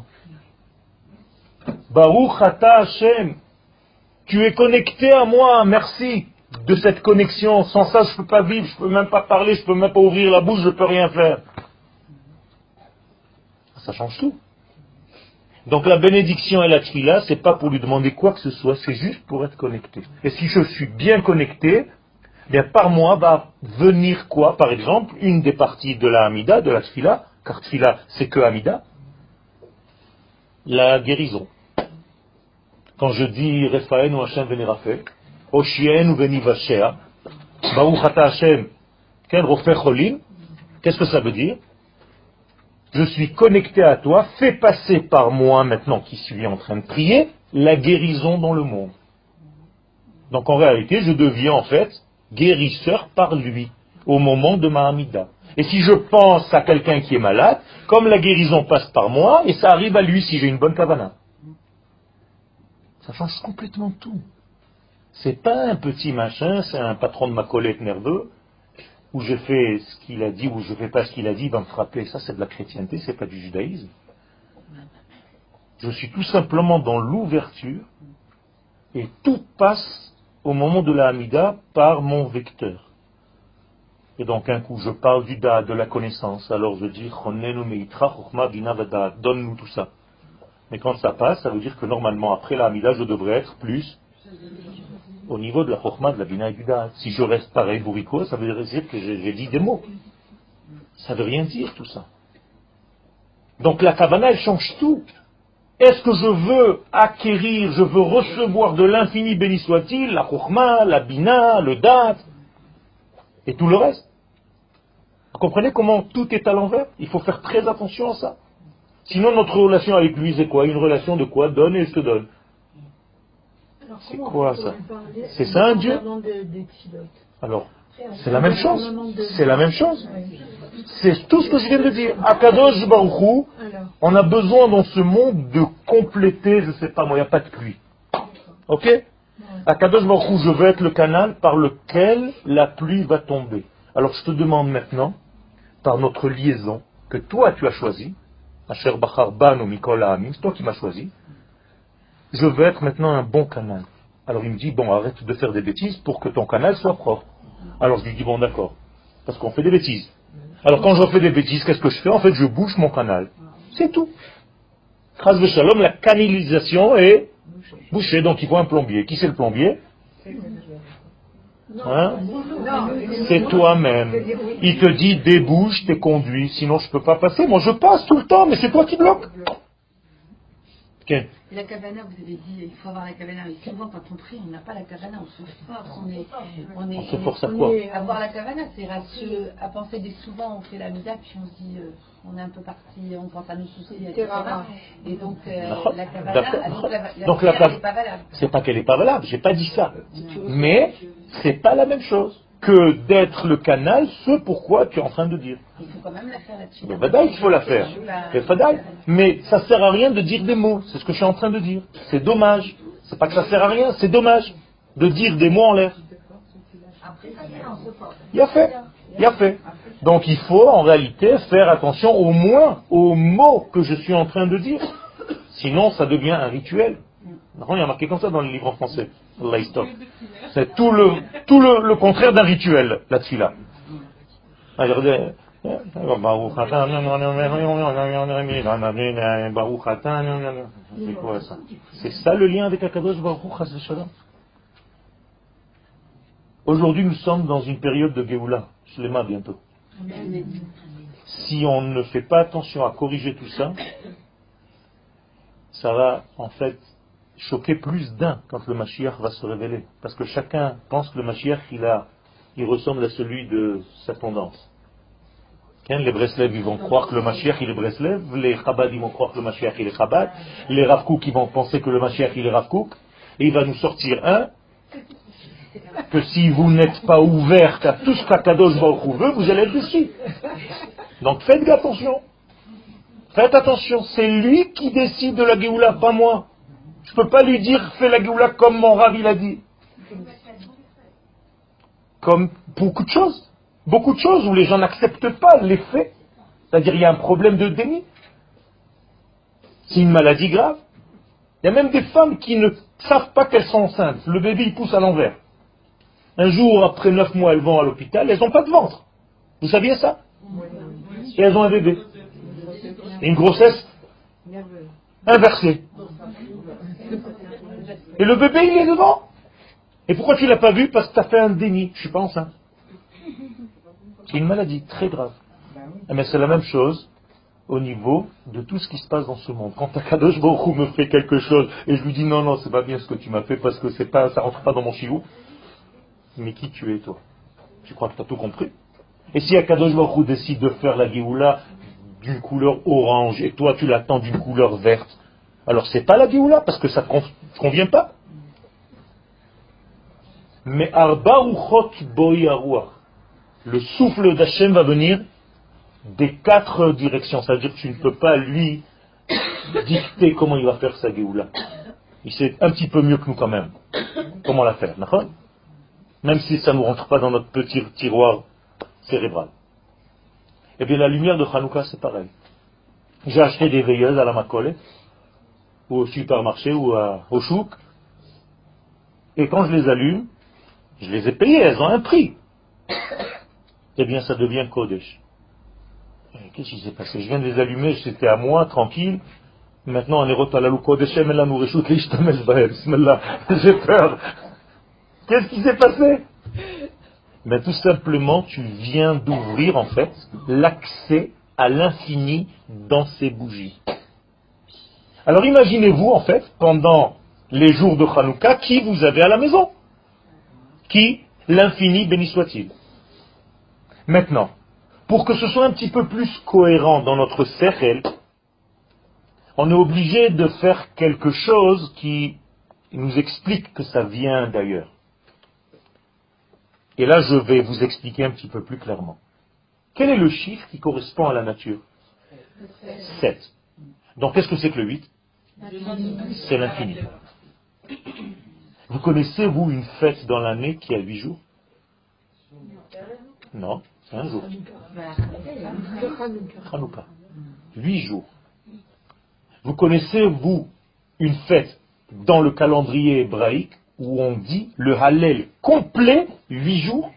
Baruch Ata Hashem. Tu es connecté à moi, merci de cette connexion. Sans ça, je ne peux pas vivre, je ne peux même pas parler, je ne peux même pas ouvrir la bouche, je ne peux rien faire. Ça change tout. Donc la bénédiction et la tfila, c'est pas pour lui demander quoi que ce soit, c'est juste pour être connecté. Et si je suis bien connecté, bien par moi va venir quoi? Par exemple, une des parties de la Hamida, de la tfila, car tfila c'est que Hamida, la guérison. Quand je dis Refaen ou Hashem veni Rafé, Oshien ou veni Vashea, Baruch ata Hashem, Ken Rofé Cholim, qu'est-ce que ça veut dire? Je suis connecté à toi, fais passer par moi, maintenant qui suis en train de prier, la guérison dans le monde. Donc en réalité, je deviens en fait guérisseur par lui, au moment de ma Hamida. Et si je pense à quelqu'un qui est malade, comme la guérison passe par moi, et ça arrive à lui si j'ai une bonne kavana. Ça change complètement tout. C'est pas un petit machin, c'est un patron de ma collègue nerveux, où je fais ce qu'il a dit, ou je fais pas ce qu'il a dit, il va me frapper. Ça, c'est de la chrétienté, c'est pas du judaïsme. Je suis tout simplement dans l'ouverture, et tout passe au moment de la Hamida par mon vecteur. Et donc, un coup, je parle du da, de la connaissance, alors je dis, donne-nous tout ça. Mais quand ça passe, ça veut dire que normalement, après la Hamida, je devrais être plus au niveau de la Chokhmah, de la Bina et du Da. Si je reste pareil, bourrico, ça veut dire que j'ai dit des mots. Ça veut rien dire tout ça. Donc la Kavanah, elle change tout. Est-ce que je veux acquérir, je veux recevoir de l'infini, béni soit-il, la Chokhmah, la Bina, le Dat, et tout le reste? Vous comprenez comment tout est à l'envers? Il faut faire très attention à ça. Sinon, notre relation avec lui, c'est quoi? Une relation de quoi? Donne et je te donne. C'est quoi ça? C'est ça un Dieu? Alors, c'est la même chose. C'est la même chose. C'est tout ce que je viens de dire. Akadosh Baruch Hu, on a besoin dans ce monde de compléter, je ne sais pas moi, il n'y a pas de pluie. Ok? Akadosh Baruch Hu, je veux être le canal par lequel la pluie va tomber. Alors je te demande maintenant, par notre liaison, que toi tu as choisi, Asher Bachar Banu Mikol Ha'amim, c'est toi qui m'as choisi, je veux être maintenant un bon canal. Alors il me dit, bon, arrête de faire des bêtises pour que ton canal soit propre. Alors je lui dis, bon, d'accord, parce qu'on fait des bêtises. Alors quand je fais des bêtises, qu'est-ce que je fais? En fait, je bouche mon canal. C'est tout. Chas v'shalom, la canalisation est bouchée, donc il faut un plombier. Qui c'est le plombier? Hein? C'est toi-même. Il te dit, débouche tes conduits, sinon je ne peux pas passer. Moi je passe tout le temps, mais c'est toi qui bloques. Okay. La kavana, vous avez dit, il faut avoir la kavana, mais souvent quand on prie, on n'a pas la kavana, on se force, on est, on est, on se force on à quoi? est, avoir la kavana, c'est à, se, à penser des souvent, on fait la mida, puis on se dit, euh, on est un peu parti, on pense à nos soucis, et cetera. Et donc, euh, la kavana, donc la, la donc la prière n'est pas valable. C'est pas qu'elle n'est pas valable, j'ai pas dit ça. Mais c'est pas la même chose que d'être le canal, ce pourquoi tu es en train de dire. Il faut quand même la faire là-dessus. Mais Fadaï, il faut la faire. Mais ça sert à rien de dire des mots, c'est ce que je suis en train de dire. C'est dommage. C'est pas que ça sert à rien, c'est dommage de dire des mots en l'air. Il a fait. Il a fait. Donc il faut en réalité faire attention au moins aux mots que je suis en train de dire. Sinon ça devient un rituel. Il y a marqué comme ça dans le livre en français. Allah stop. C'est tout le, tout le, le contraire d'un rituel, la tfila. Regardez. C'est quoi ça? C'est ça le lien avec Akadosh Baruch Hu, Chas v'Shalom. Aujourd'hui, nous sommes dans une période de Géoula, Shlema bientôt. Si on ne fait pas attention à corriger tout ça, ça va en fait choquer plus d'un quand le Mashiach va se révéler. Parce que chacun pense que le Mashiach, il, a, il ressemble à celui de sa tendance. Les Breslev, ils vont croire que le Mashiach, il est Breslev. Les Chabad, ils vont croire que le Mashiach, il est Chabad. Les Rav Kook, ils vont penser que le Mashiach, il est Rav Kook. Et il va nous sortir un, que si vous n'êtes pas ouvert à tout ce qu'Akadosh Baruch Hu veut, vous allez être dessus. Donc faites attention. Faites attention. C'est lui qui décide de la Géoula, pas moi. Je ne peux pas lui dire, fais la Géoula comme mon Rav, il a dit. Comme beaucoup de choses. Beaucoup de choses où les gens n'acceptent pas les faits. C'est-à-dire il y a un problème de déni. C'est une maladie grave. Il y a même des femmes qui ne savent pas qu'elles sont enceintes. Le bébé il pousse à l'envers. Un jour, après neuf mois, elles vont à l'hôpital, elles n'ont pas de ventre. Vous saviez ça? Et elles ont un bébé. Et une grossesse inversé. Et le bébé, il est devant. Et pourquoi tu l'as pas vu? Parce que tu as fait un déni. Je suis pas enceinte. C'est une maladie très grave. Mais c'est la même chose au niveau de tout ce qui se passe dans ce monde. Quand Akadosh Baruch Hu me fait quelque chose et je lui dis non, non, c'est pas bien ce que tu m'as fait parce que c'est pas, ça rentre pas dans mon chiou. Mais qui tu es, toi? Tu crois que tu as tout compris? Et si Akadosh Baruch Hu décide de faire la Géoula d'une couleur orange et toi tu l'attends d'une couleur verte, alors c'est pas la Géoula parce que ça ne convient pas. Mais Arba Ruchot Boi Aruach, le souffle d'Hachem va venir des quatre directions. Ça veut dire que tu ne peux pas lui dicter comment il va faire sa Géoula. Il sait un petit peu mieux que nous quand même comment la faire, d'accord? Même si ça ne nous rentre pas dans notre petit tiroir cérébral. Eh bien la lumière de Hanouka c'est pareil. J'ai acheté des veilleuses à la Makole, ou au supermarché, ou à, au chouk, et quand je les allume, je les ai payées, elles ont un prix. Eh bien ça devient Kodesh. Qu'est-ce qui s'est passé? Je viens de les allumer, c'était à moi, tranquille. Maintenant, on est retourné à la Kodesh, mais là, nous réchoute les Ishtamel Bahem. Bismillah. J'ai peur. Qu'est-ce qui s'est passé? Ben, tout simplement, tu viens d'ouvrir, en fait, l'accès à l'infini dans ces bougies. Alors, imaginez-vous, en fait, pendant les jours de Hanouka, qui vous avez à la maison? Qui? L'infini, béni soit-il. Maintenant, pour que ce soit un petit peu plus cohérent dans notre cercle, on est obligé de faire quelque chose qui nous explique que ça vient d'ailleurs. Et là, je vais vous expliquer un petit peu plus clairement. Quel est le chiffre qui correspond à la nature? sept. Donc, qu'est-ce que c'est que le huit? C'est l'infini. Vous connaissez, vous, une fête dans l'année qui a huit jours? Non, c'est un jour. Hanouka. Huit jours. Vous connaissez, vous, une fête dans le calendrier hébraïque où on dit le Hallel complet, huit jours?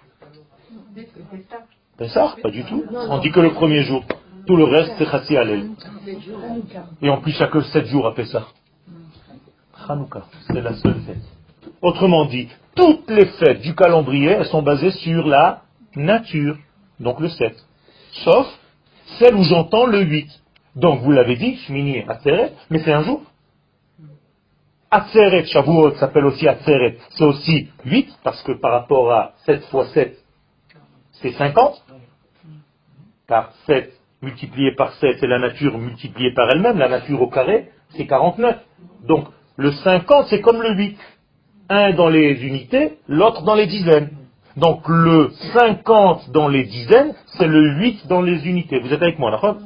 Pessah, pas du tout. On dit que le premier jour. Tout le reste, c'est Chassi Hallel. Et en plus, il n'y a que sept jours à Pessah. Hanouka, c'est la seule fête. Autrement dit, toutes les fêtes du calendrier, elles sont basées sur la nature. Donc le sept. Sauf celle où j'entends le huit. Donc vous l'avez dit, Shmini Atzeret, mais c'est un jour. Atzeret, Shavuot s'appelle aussi Atzeret, c'est aussi huit, parce que par rapport à sept fois sept, c'est cinquante. Car sept multiplié par sept, c'est la nature multipliée par elle-même, la nature au carré, c'est quarante-neuf. Donc le cinquante, c'est comme le huit. Un dans les unités, l'autre dans les dizaines. Donc le cinquante dans les dizaines, c'est le huit dans les unités. Vous êtes avec moi, d'accord?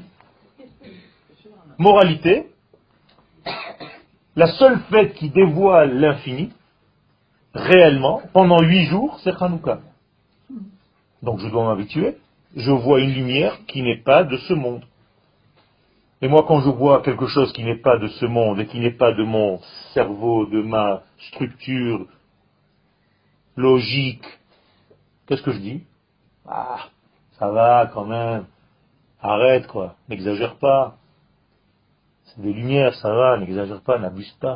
Moralité, la seule fête qui dévoile l'infini, réellement, pendant huit jours, c'est Hanouka. Donc je dois m'habituer. Je vois une lumière qui n'est pas de ce monde. Et moi, quand je vois quelque chose qui n'est pas de ce monde et qui n'est pas de mon cerveau, de ma structure logique, qu'est-ce que je dis? Ah, ça va quand même. Arrête quoi, n'exagère pas. C'est des lumières, ça va, n'exagère pas, n'abuse pas.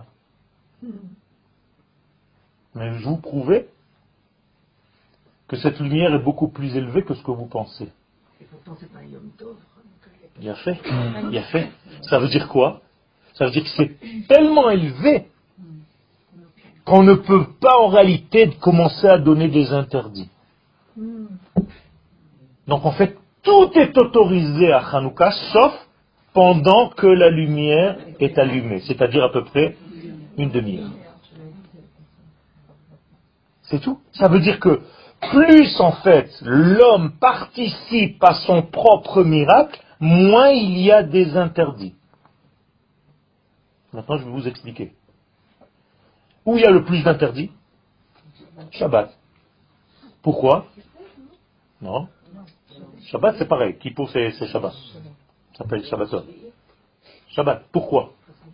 Mais je vous prouvais que cette lumière est beaucoup plus élevée que ce que vous pensez. Et pourtant, c'est pas un Yom Tov. Bien fait, bien fait. Ça veut dire quoi? Ça veut dire que c'est tellement élevé qu'on ne peut pas en réalité commencer à donner des interdits. Donc en fait, tout est autorisé à Hanouka, sauf pendant que la lumière est allumée, c'est-à-dire à peu près une demi-heure. C'est tout. Ça veut dire que plus en fait l'homme participe à son propre miracle, moins il y a des interdits. Maintenant je vais vous expliquer. Où il y a le plus d'interdits? Shabbat. Pourquoi? Non. Shabbat c'est pareil. Kippour c'est, c'est Shabbat. Ça s'appelle Shabbaton. Shabbat. Pourquoi?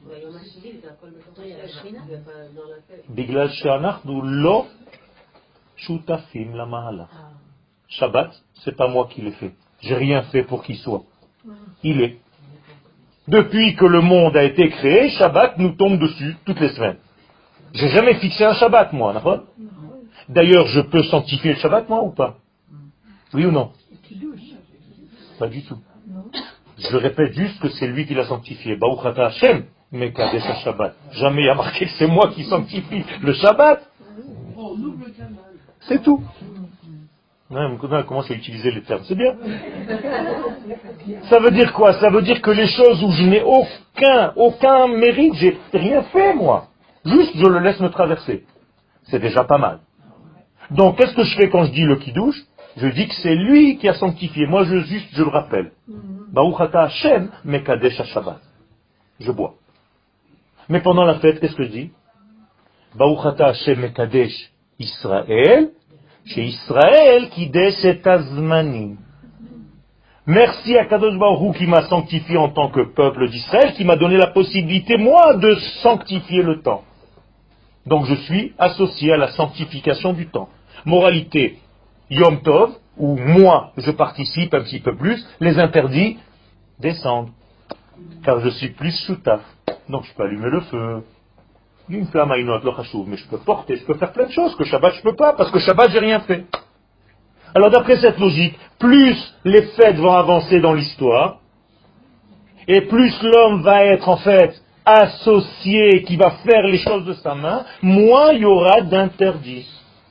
Biglal she'anachnu lo shutafim lamahalach. Shabbat, c'est pas moi qui l'ai fait. J'ai rien fait pour qu'il soit. Il est. Depuis que le monde a été créé, Shabbat nous tombe dessus toutes les semaines. J'ai jamais fixé un Shabbat, moi, d'accord? D'ailleurs, je peux sanctifier le Shabbat, moi, ou pas? Oui ou non? Pas du tout. Je répète juste que c'est lui qui l'a sanctifié. Baruch ata Hashem, mekadesh ha-Shabbat. Jamais il y a marqué que c'est moi qui sanctifie le Shabbat. C'est tout. Ouais, on commence à utiliser les termes, c'est bien. Ça veut dire quoi? Ça veut dire que les choses où je n'ai aucun, aucun mérite, j'ai rien fait, moi. Juste, je le laisse me traverser. C'est déjà pas mal. Donc, qu'est-ce que je fais quand je dis le kiddush? Je dis que c'est lui qui a sanctifié. Moi, je juste, je le rappelle. Baruch ata Hashem mekadesh ha-Shabbat. Je bois. Mais pendant la fête, qu'est-ce que je dis? Baruch ata Hashem mekadesh Israël, chez Israël qui et azmanim. Merci à Kadosh Baruch Hu qui m'a sanctifié en tant que peuple d'Israël, qui m'a donné la possibilité, moi, de sanctifier le temps. Donc je suis associé à la sanctification du temps. Moralité, Yom Tov, où moi je participe un petit peu plus, les interdits descendent. Car je suis plus soutaf. Donc je peux allumer le feu. Une flamme à une autre, le chashouv, mais je peux porter, je peux faire plein de choses que Shabbat je peux pas, parce que Shabbat j'ai rien fait. Alors d'après cette logique, plus les fêtes vont avancer dans l'histoire, et plus l'homme va être en fait associé, qui va faire les choses de sa main, moins il y aura d'interdits.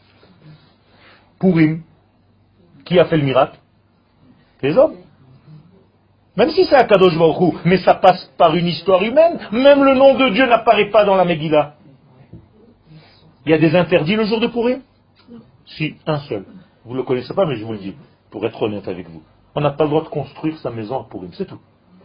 Purim, qui a fait le miracle? Les hommes. Même si c'est Akadosh Baruch Hu, mais ça passe par une histoire humaine, même le nom de Dieu n'apparaît pas dans la Megillah. Il y a des interdits le jour de Purim? Si, un seul. Vous ne le connaissez pas, mais je vous le dis, pour être honnête avec vous. On n'a pas le droit de construire sa maison à Purim, c'est tout.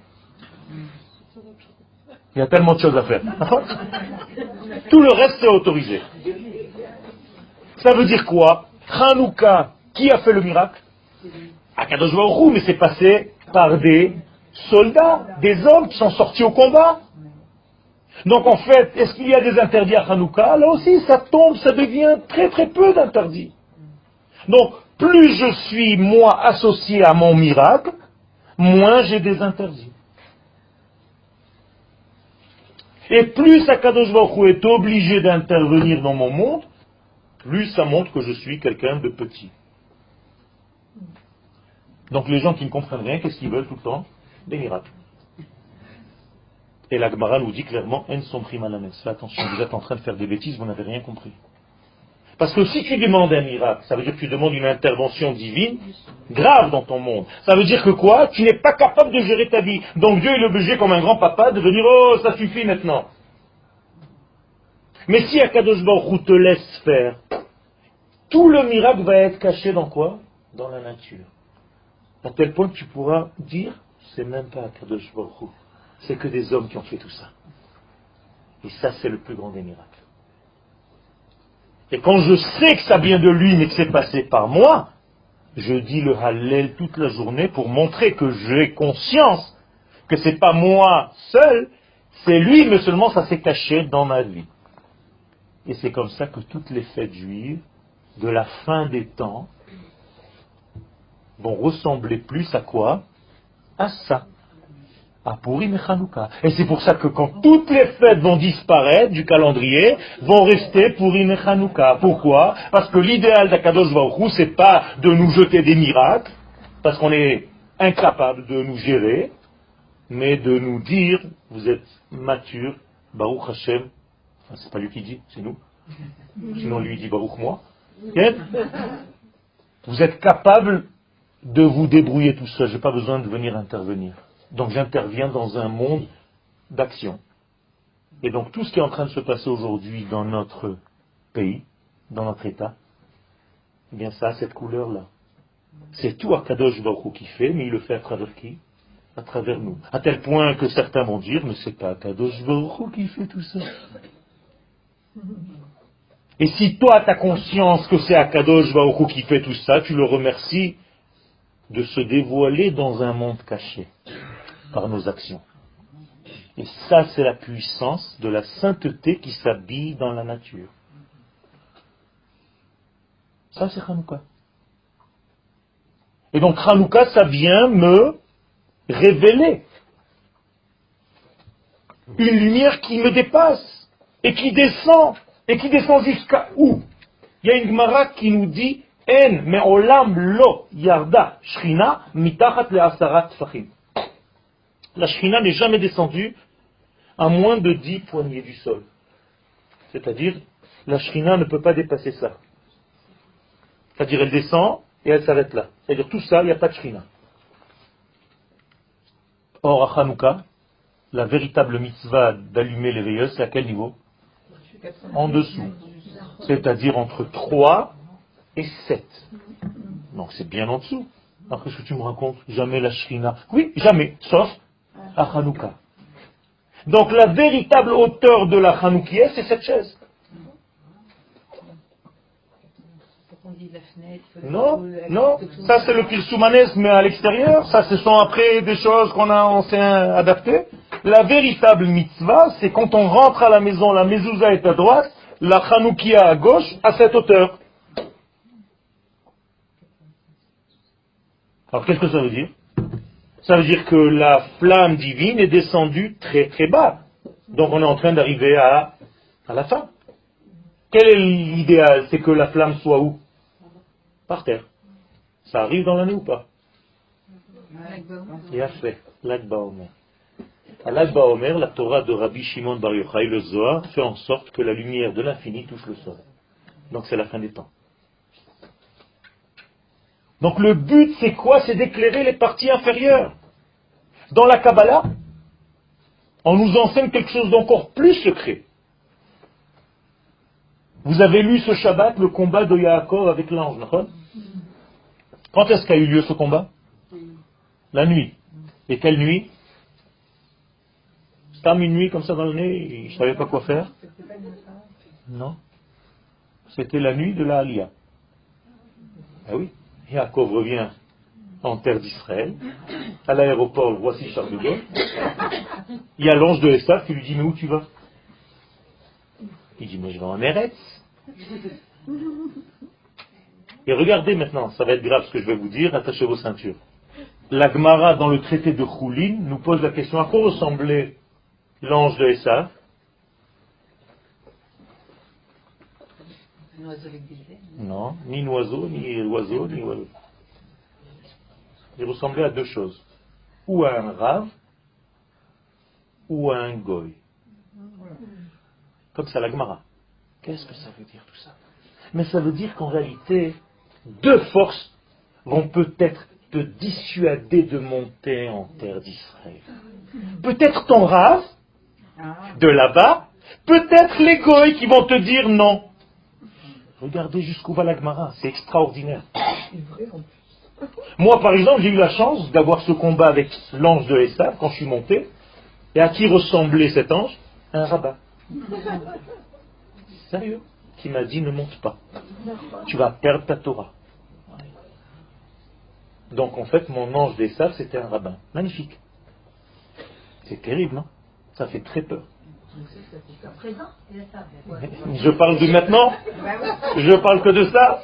Il y a tellement de choses à faire. Tout le reste, c'est autorisé. Ça veut dire quoi? Hanouka, qui a fait le miracle? Akadosh Baruch Hu, mais c'est passé par des soldats, des hommes qui sont sortis au combat. Donc en fait, est-ce qu'il y a des interdits à Hanouka? Là aussi, ça tombe, ça devient très très peu d'interdits. Donc, plus je suis, moi, associé à mon miracle, moins j'ai des interdits. Et plus Akadosh Baruch Hu est obligé d'intervenir dans mon monde, plus ça montre que je suis quelqu'un de petit. Donc les gens qui ne comprennent rien, qu'est-ce qu'ils veulent tout le temps? Des miracles. Et la Gemara nous dit clairement, En somprim alames. Attention, vous êtes en train de faire des bêtises, vous n'avez rien compris. Parce que si tu demandes un miracle, ça veut dire que tu demandes une intervention divine grave dans ton monde. Ça veut dire que quoi? Tu n'es pas capable de gérer ta vie. Donc Dieu est obligé, comme un grand papa, de venir, oh, ça suffit maintenant. Mais si Akadosh Baruch Hu te laisse faire, tout le miracle va être caché dans quoi? Dans la nature. À tel point que tu pourras dire, c'est même pas Akadosh Baruch Hu, c'est que des hommes qui ont fait tout ça. Et ça, c'est le plus grand des miracles. Et quand je sais que ça vient de lui, mais que c'est passé par moi, je dis le Hallel toute la journée pour montrer que j'ai conscience que c'est pas moi seul, c'est lui, mais seulement ça s'est caché dans ma vie. Et c'est comme ça que toutes les fêtes juives, de la fin des temps, vont ressembler plus à quoi? À ça. À Purim et Hanouka. Et c'est pour ça que quand toutes les fêtes vont disparaître du calendrier, vont rester Purim et Hanouka. Pourquoi? Parce que l'idéal d'Akadosh Baruch Hu, c'est pas de nous jeter des miracles, parce qu'on est incapable de nous gérer, mais de nous dire, vous êtes mature, Baruch Hashem, enfin, c'est pas lui qui dit, c'est nous. Sinon lui dit Baruch moi. Vous êtes capable de vous débrouiller tout seul, j'ai pas besoin de venir intervenir. Donc j'interviens dans un monde d'action. Et donc tout ce qui est en train de se passer aujourd'hui dans notre pays, dans notre État, eh bien ça a cette couleur-là. C'est tout Akadosh Baruch Hu qui fait, mais il le fait à travers qui? À travers nous. À tel point que certains vont dire, mais c'est pas Akadosh Baruch Hu qui fait tout ça. Et si toi tu as conscience que c'est Akadosh Baruch Hu qui fait tout ça, tu le remercies de se dévoiler dans un monde caché par nos actions. Et ça, c'est la puissance de la sainteté qui s'habille dans la nature. Ça, c'est Hanouka. Et donc Hanouka, ça vient me révéler Une lumière qui me dépasse et qui descend. Et qui descend jusqu'à où? Il y a une Gemara qui nous dit En me'olam lo yarda shrina mitachat le'asarat tfachim. La shrina n'est jamais descendue à moins de dix poignées du sol. C'est-à-dire, la shrina ne peut pas dépasser ça. C'est-à-dire, elle descend et elle s'arrête là. C'est-à-dire, tout ça, il n'y a pas de shrina. Or, à Hanouka, la véritable mitzvah d'allumer les veilleuses, c'est à quel niveau? En dessous. C'est-à-dire entre trois et sept. Donc c'est bien en dessous. Alors qu'est-ce que tu me racontes? Jamais la shrina. Oui, jamais, sauf à Hanouka. Donc la véritable hauteur de la Hanoukiah, c'est cette chaise. Non, non, ça c'est le Pirsoumanès, mais à l'extérieur, ça ce sont après des choses qu'on a, on s'est adaptées. La véritable mitzvah, c'est quand on rentre à la maison, la mezouza est à droite, la Hanoukia à gauche, à cette hauteur. Alors qu'est-ce que ça veut dire? Ça veut dire que la flamme divine est descendue très très bas. Donc on est en train d'arriver à, à la fin. Quel est l'idéal? C'est que la flamme soit où? Par terre. Ça arrive dans l'année ou pas? Il a fait. L'Akba Omer. À l'Akba Omer, la Torah de Rabbi Shimon Bar Yochai, le Zohar, fait en sorte que la lumière de l'infini touche le sol. Donc c'est la fin des temps. Donc le but c'est quoi? C'est d'éclairer les parties inférieures. Dans la Kabbalah, on nous enseigne quelque chose d'encore plus secret. Vous avez lu ce Shabbat, le combat de Yaakov avec l'ange, non? Quand est-ce qu'a eu lieu ce combat? La nuit. Et quelle nuit? C'était une nuit comme ça dans le nez, je ne savais pas quoi faire. Non. C'était la nuit de la Aliyah. Ah oui. Yaakov revient en terre d'Israël. À l'aéroport, voici Charles de Gaulle. Il y a l'ange de Esav qui lui dit, mais où tu vas? Il dit, mais je vais en Eretz. Et regardez maintenant, ça va être grave ce que je vais vous dire, attachez vos ceintures. La Gemara dans le traité de Choulin nous pose la question, à quoi ressemblait l'ange de Esav? Un oiseau avec des ailes. Non, ni un oiseau, ni oiseau, ni oiseau. Il ressemblait à deux choses. Ou à un rave, ou à un goy. Comme ça, la Gemara. Qu'est-ce que ça veut dire tout ça? Mais ça veut dire qu'en réalité, deux forces vont peut-être te dissuader de monter en terre d'Israël. Peut-être ton rave, de là-bas, peut-être les goy qui vont te dire non. Regardez jusqu'où va la Gemara, c'est extraordinaire. Moi, par exemple, j'ai eu la chance d'avoir ce combat avec l'ange de Esav quand je suis monté. Et à qui ressemblait cet ange? Un rabbin. Sérieux? Qui m'a dit ne monte pas. Tu vas perdre ta Torah. Donc en fait, mon ange d'Esav, c'était un rabbin. Magnifique. C'est terrible, non? Ça fait très peur. Je parle de maintenant? Je parle que de ça?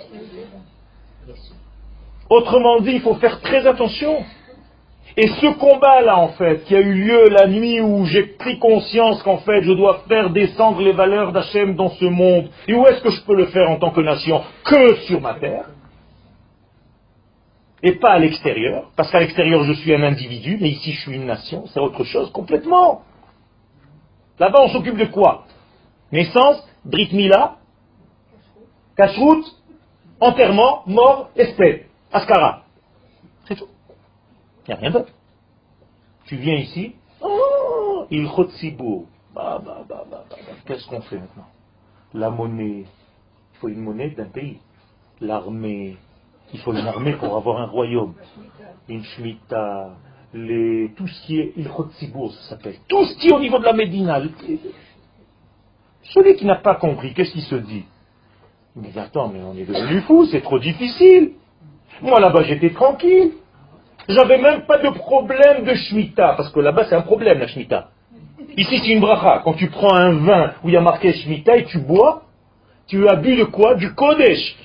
Autrement dit, il faut faire très attention. Et ce combat-là, en fait, qui a eu lieu la nuit où j'ai pris conscience qu'en fait, je dois faire descendre les valeurs d'Hachem dans ce monde. Et où est-ce que je peux le faire en tant que nation? Que sur ma terre. Et pas à l'extérieur. Parce qu'à l'extérieur, je suis un individu, mais ici, je suis une nation. C'est autre chose complètement. Là-bas, on s'occupe de quoi? Naissance, Brit Mila, Kashrut, enterrement, mort, espèce, Askara. C'est tout. Il n'y a rien d'autre. Tu viens ici, oh, il chotsibour. Bah, bah, bah, bah, bah. Qu'est-ce qu'on fait maintenant? La monnaie, il faut une monnaie d'un pays. L'armée, il faut une armée pour avoir un royaume. Une shmita, les, tout ce qui est il chotsibour, ça s'appelle. Tout ce qui est au niveau de la Médina. Celui qui n'a pas compris, qu'est-ce qu'il se dit? Il dit, attends, mais on est devenu fou, c'est trop difficile. Moi là-bas j'étais tranquille. J'avais même pas de problème de Shemitah, parce que là-bas c'est un problème la Shemitah. Ici c'est une bracha. Quand tu prends un vin où il y a marqué Shemitah et tu bois, tu as bu de quoi? Du Kodesh.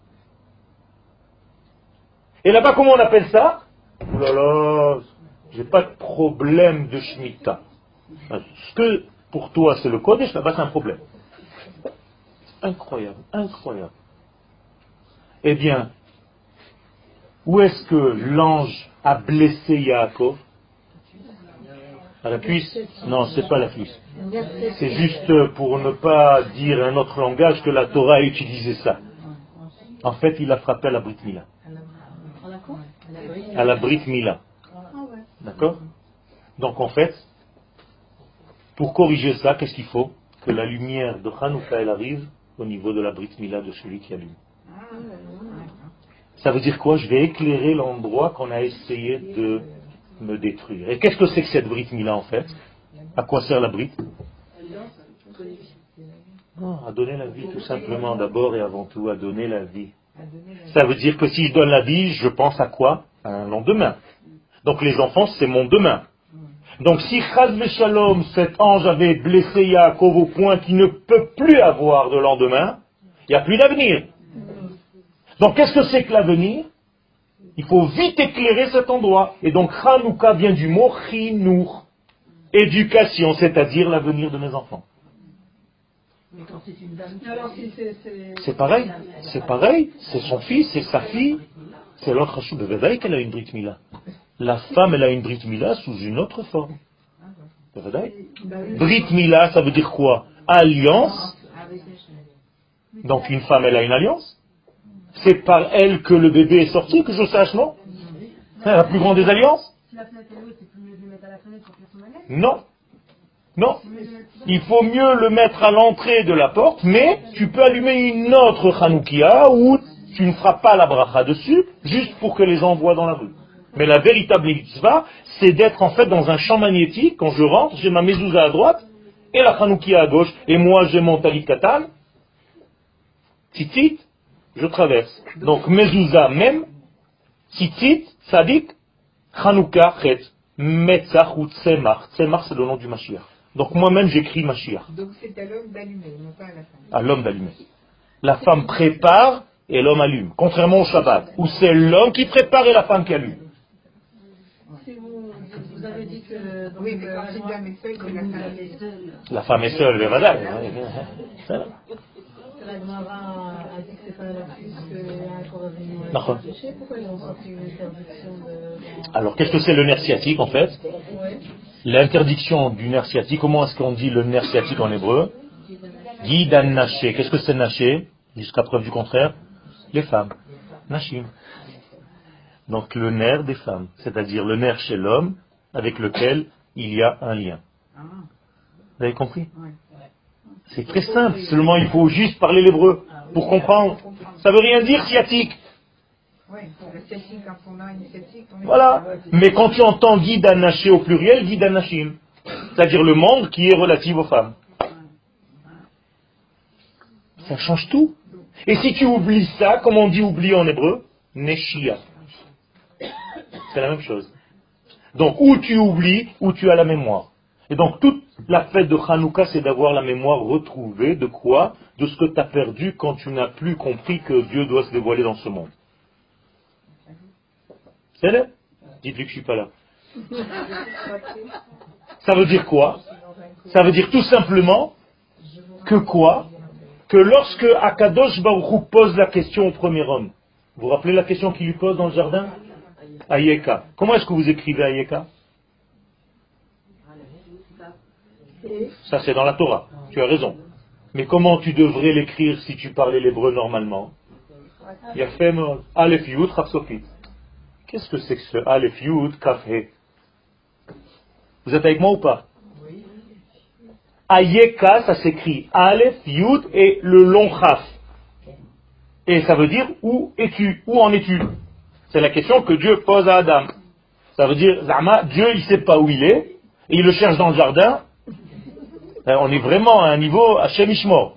Et là-bas comment on appelle ça? Oh là là, j'ai pas de problème de Shemitah. Ce que pour toi c'est le Kodesh, là-bas c'est un problème. Incroyable, incroyable. Eh bien, où est-ce que l'ange a blessé Yaakov? À la cuisse? Non, c'est pas la cuisse. C'est juste pour ne pas dire un autre langage que la Torah a utilisé ça. En fait, il a frappé à la Brit Mila. À la Brit Mila. D'accord? Donc en fait, pour corriger ça, qu'est-ce qu'il faut? Que la lumière de Hanouka elle arrive au niveau de la Brit Mila de celui qui allume. Ça veut dire quoi? Je vais éclairer l'endroit qu'on a essayé de me détruire. Et qu'est-ce que c'est que cette Brit Mila en fait? À quoi sert la Brit? Oh, à donner la vie tout simplement, d'abord et avant tout, à donner la vie. Ça veut dire que si je donne la vie, je pense à quoi? À un lendemain. Donc les enfants, c'est mon demain. Donc si Chaz Veshalom, cet ange avait blessé Yaakov au point qu'il ne peut plus avoir de lendemain, il n'y a plus d'avenir. Donc qu'est-ce que c'est que l'avenir? Il faut vite éclairer cet endroit. Et donc Hanouka vient du mot Chinour, éducation, c'est-à-dire l'avenir de mes enfants. Mais quand c'est une dame qui... Alors, si c'est- c'est- C'est pareil, c'est pareil, c'est son fils, c'est sa fille, c'est l'autre chou. Bevadaï qu'elle a une Brit Mila. La femme, elle a une Brit Mila sous une autre forme. Bevadaï. Brit Mila, ça veut dire quoi? Alliance. Donc une femme, elle a une alliance. C'est par elle que le bébé est sorti, que je sache, non? C'est la plus grande des alliances? Non. Non. Il faut mieux le mettre à l'entrée de la porte, mais tu peux allumer une autre Hanoukia où tu ne feras pas la bracha dessus, juste pour que les gens voient dans la rue. Mais la véritable mitzvah, c'est d'être en fait dans un champ magnétique. Quand je rentre, j'ai ma mezouza à droite et la Hanoukia à gauche, et moi j'ai mon talit katan, titit, je traverse. Donc mezouza même, titit, sadik, Hanouka, chet, metzach ou tzemach. Tzemach, c'est le nom du Mashiach. Donc moi-même j'écris Mashiach. Donc c'est à l'homme d'allumer, non pas à la femme. À l'homme d'allumer. La femme prépare et l'homme allume. Contrairement au Shabbat, où c'est l'homme qui prépare et la femme qui allume. Si vous, vous avez dit que... Donc, Oui, mais quand euh, une dame est seule, c'est la femme est seule. La femme est seule, mais voilà. la Gemara a dit que c'est pas la fille que Yaakov avait mis D'accord. à péché. Pourquoi ils ont sorti une interdiction de... Alors qu'est-ce que c'est le nerf sciatique en fait? Ouais. L'interdiction du nerf sciatique, comment est-ce qu'on dit le nerf sciatique en hébreu? Gidan naché. Qu'est-ce que c'est naché? Jusqu'à preuve du contraire, les femmes. Nashim. Donc le nerf des femmes, c'est-à-dire le nerf chez l'homme avec lequel il y a un lien. Vous avez compris? C'est très simple, seulement il faut juste parler l'hébreu pour comprendre. Ça veut rien dire sciatique. Oui, le sciatique, quand on a une sciatique, on est... Voilà. Mais quand tu entends Gidan naché au pluriel, Gidan nashim, c'est-à-dire le monde qui est relatif aux femmes. Ça change tout. Et si tu oublies ça, comme on dit oublier en hébreu, neshia. C'est la même chose. Donc, ou tu oublies, ou tu as la mémoire. Et donc, toute la fête de Hanouka, c'est d'avoir la mémoire retrouvée de quoi? De ce que tu as perdu quand tu n'as plus compris que Dieu doit se dévoiler dans ce monde. C'est là? Dites-lui que je suis pas là. Ça veut dire quoi? Ça veut dire tout simplement que quoi? Que lorsque Akadosh Baruch Hu pose la question au premier homme, vous vous rappelez la question qu'il lui pose dans le jardin? Ayeka. Comment est-ce que vous écrivez Ayeka? Ça c'est dans la Torah, tu as raison. Mais comment tu devrais l'écrire si tu parlais l'hébreu normalement? Yafem Aleph Yud Chaf Sofit. Qu'est-ce que c'est que ce Aleph Yud Kaf He? Vous êtes avec moi ou pas? Ayeka, ça s'écrit Aleph Yud et le long Chaf. Et ça veut dire où es-tu? Où en es-tu? C'est la question que Dieu pose à Adam. Ça veut dire, Zama, Dieu il sait pas où il est, et il le cherche dans le jardin. On est vraiment à un niveau Hashem Ishmor.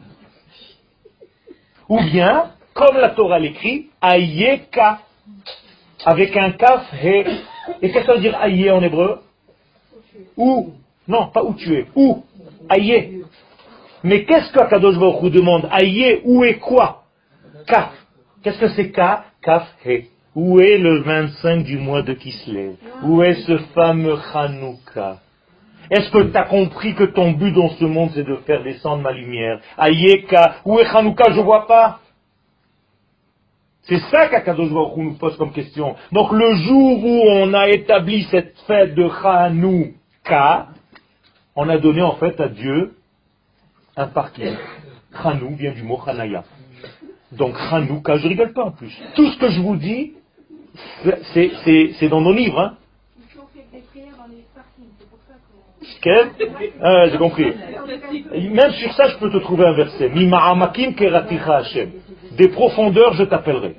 Ou bien, comme la Torah l'écrit, Ayeka, avec un kaf he. Et qu'est-ce que ça veut dire Aye en hébreu? Où? Non, pas où tu es. Où? Aye. Mais qu'est-ce que Kadosh Baruch Hu demande? Aye, où est quoi? Kaf. Qu'est-ce que c'est Ka? Kaf he. Où est le vingt-cinq du mois de Kislev? Où est ce fameux Hanouka? Est-ce que tu as compris que ton but dans ce monde, c'est de faire descendre ma lumière? Ayeka, où est Hanouka, je ne vois pas. C'est ça qu'Akadosh Baruch Hu nous pose comme question. Donc le jour où on a établi cette fête de Hanouka, on a donné en fait à Dieu un parking. Hanou vient du mot Hanaya. Donc Hanouka, je rigole pas en plus. Tout ce que je vous dis, c'est, c'est, c'est dans nos livres. Hein. Quel ah, j'ai compris. Même sur ça, je peux te trouver un verset. Mima'amakim keraticha Hashem. Des profondeurs, je t'appellerai.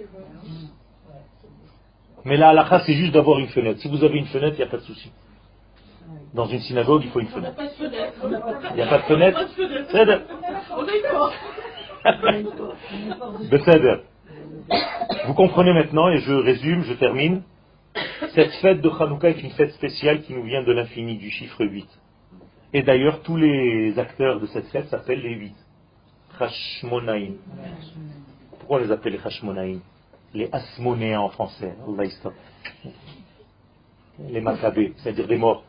Mais la halakha, c'est juste d'avoir une fenêtre. Si vous avez une fenêtre, il n'y a pas de souci. Dans une synagogue, il faut une fenêtre. Il n'y a pas de fenêtre. C'est Vous comprenez maintenant, et je résume, je termine. Cette fête de Hanouka est une fête spéciale qui nous vient de l'infini, du chiffre huit. Et d'ailleurs, tous les acteurs de cette fête s'appellent les huit. Hashmonaïm. Pourquoi on les appelle les Hashmonaïm? Les Asmonéens en français. Allah stop. Les Maccabées, c'est-à-dire des morts.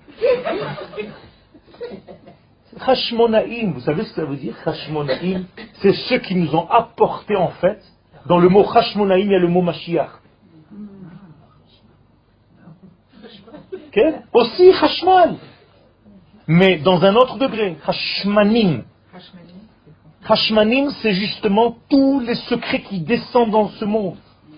Hashmonaïm, vous savez ce que ça veut dire? Hashmonaïm, c'est ceux qui nous ont apporté en fait. Dans le mot Hashmonaïm, il y a le mot Mashiach. Okay? Aussi Hashmal. Mais dans un autre degré. Hashmanim. Hashmanim, c'est justement tous les secrets qui descendent dans ce monde.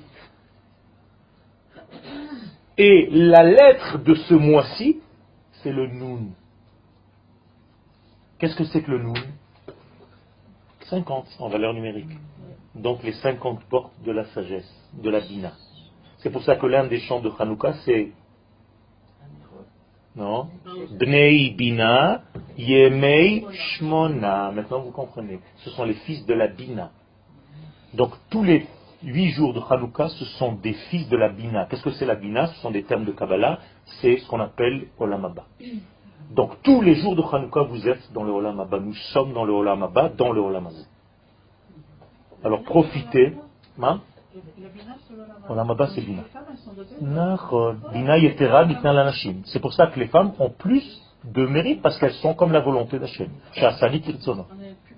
Et la lettre de ce mois-ci, c'est le Noun. Qu'est-ce que c'est que le Noun? cinquante en valeur numérique. Donc les cinquante portes de la sagesse, de la Bina. C'est pour ça que l'un des chants de Hanouka, c'est non Bnei Bina, Yemei Shmona. Maintenant vous comprenez. Ce sont les fils de la Bina. Donc tous les huit jours de Hanouka, ce sont des fils de la Bina. Qu'est-ce que c'est la Bina? Ce sont des termes de Kabbalah. C'est ce qu'on appelle Olam Haba. Donc tous les jours de Hanouka, vous êtes dans le Olam Haba. Nous sommes dans le Olam Haba, dans le Olam Haba. Alors profitez. Hein? Olam Haba, c'est Bina. Bina Yetera Mitna Lanashim. C'est pour ça que les femmes ont plus de mérite parce qu'elles sont comme la volonté d'Hachem. Shasani Kirtsono.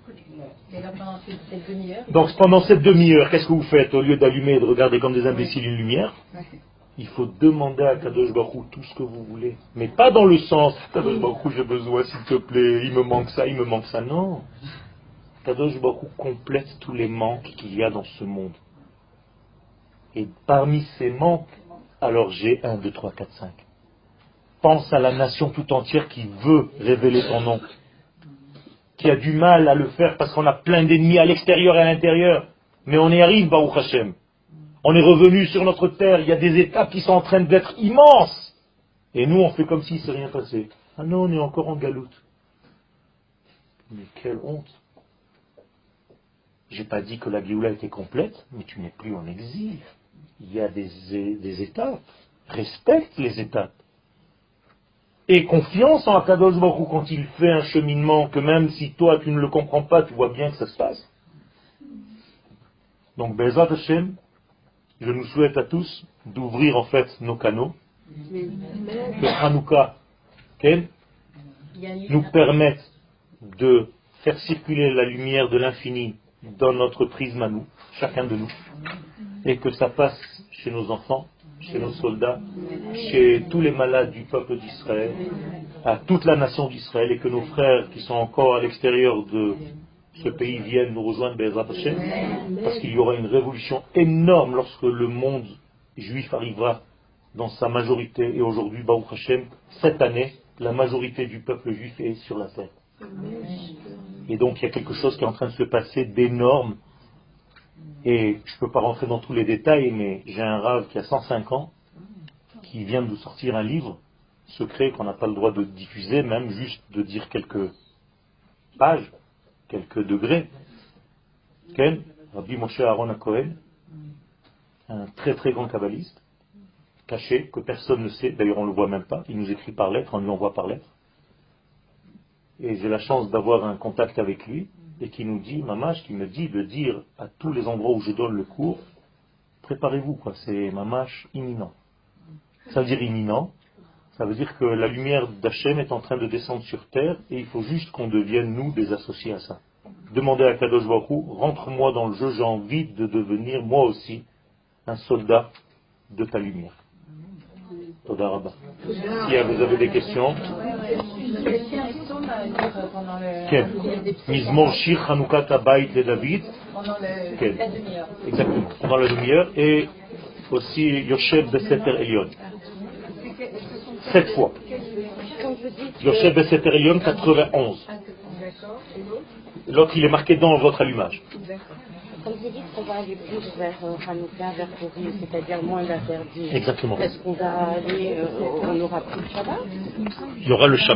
Donc pendant cette demi-heure, qu'est-ce que vous faites? Au lieu d'allumer et de regarder comme des imbéciles une lumière, il faut demander à Kadosh Baruch Hu tout ce que vous voulez. Mais pas dans le sens, Kadosh Baruch Hu, j'ai besoin, s'il te plaît, il me manque ça, il me manque ça. Non. Kadosh Baruch Hu complète tous les manques qu'il y a dans ce monde. Et parmi ces manques, alors j'ai un, deux, trois, quatre, cinq. Pense à la nation tout entière qui veut révéler ton nom, qui a du mal à le faire parce qu'on a plein d'ennemis à l'extérieur et à l'intérieur. Mais on y arrive, Baruch Hashem. On est revenu sur notre terre, il y a des étapes qui sont en train d'être immenses. Et nous, on fait comme s'il ne s'est rien passé. Ah non, on est encore en galoute. Mais quelle honte. J'ai pas dit que la Géoula était complète, mais tu n'es plus en exil. Il y a des, des étapes. Respecte les étapes. Et confiance en Akadosh Baruch Hu quand il fait un cheminement que même si toi tu ne le comprends pas, tu vois bien que ça se passe. Donc Be'ezrat Hashem, je nous souhaite à tous d'ouvrir en fait nos canaux, que Hanouka okay, nous permette de faire circuler la lumière de l'infini dans notre prisme à nous, chacun de nous, et que ça passe chez nos enfants, chez nos soldats, chez tous les malades du peuple d'Israël, à toute la nation d'Israël, et que nos frères qui sont encore à l'extérieur de ce pays viennent nous rejoindre, Be'ezrat Hashem, parce qu'il y aura une révolution énorme lorsque le monde juif arrivera dans sa majorité, et aujourd'hui, Baruch Hashem, cette année, la majorité du peuple juif est sur la terre. Et donc il y a quelque chose qui est en train de se passer d'énorme. Et je ne peux pas rentrer dans tous les détails, mais j'ai un rave qui a cent cinq ans, qui vient de sortir un livre secret qu'on n'a pas le droit de diffuser, même juste de dire quelques pages, quelques degrés. Ken, Rabbi Moshe Aaron HaKohen, un très très grand kabbaliste, caché, que personne ne sait, d'ailleurs on ne le voit même pas, il nous écrit par lettre, on lui envoie par lettre. Et j'ai la chance d'avoir un contact avec lui, et qui nous dit, Mamash, qui me dit de dire à tous les endroits où je donne le cours, préparez-vous, quoi, c'est Mamash imminent. Ça veut dire imminent, Ça veut dire que la lumière d'Hachem est en train de descendre sur terre et il faut juste qu'on devienne, nous, des associés à ça. Demandez à Kadosh Baruch Hu, rentre-moi dans le jeu, j'ai envie de devenir, moi aussi, un soldat de ta lumière. Toda Rabba. Si vous avez des questions. Ken. Mizmor Shir Chanukah Habayit le David. Ken. Exactement. Pendant la demi-heure. Et aussi Yoshev Beseter Elyon. Sept fois. Yoshev Beseter Elyon quatre-vingt-onze. L'autre il est marqué dans votre allumage. Comme vous dites qu'on va aller plus vers Hanouka, vers Purim, c'est-à-dire moins l'interdit. Exactement. Est-ce qu'on va aller, euh, on aura plus le Shabbat? Il y aura le Shabbat.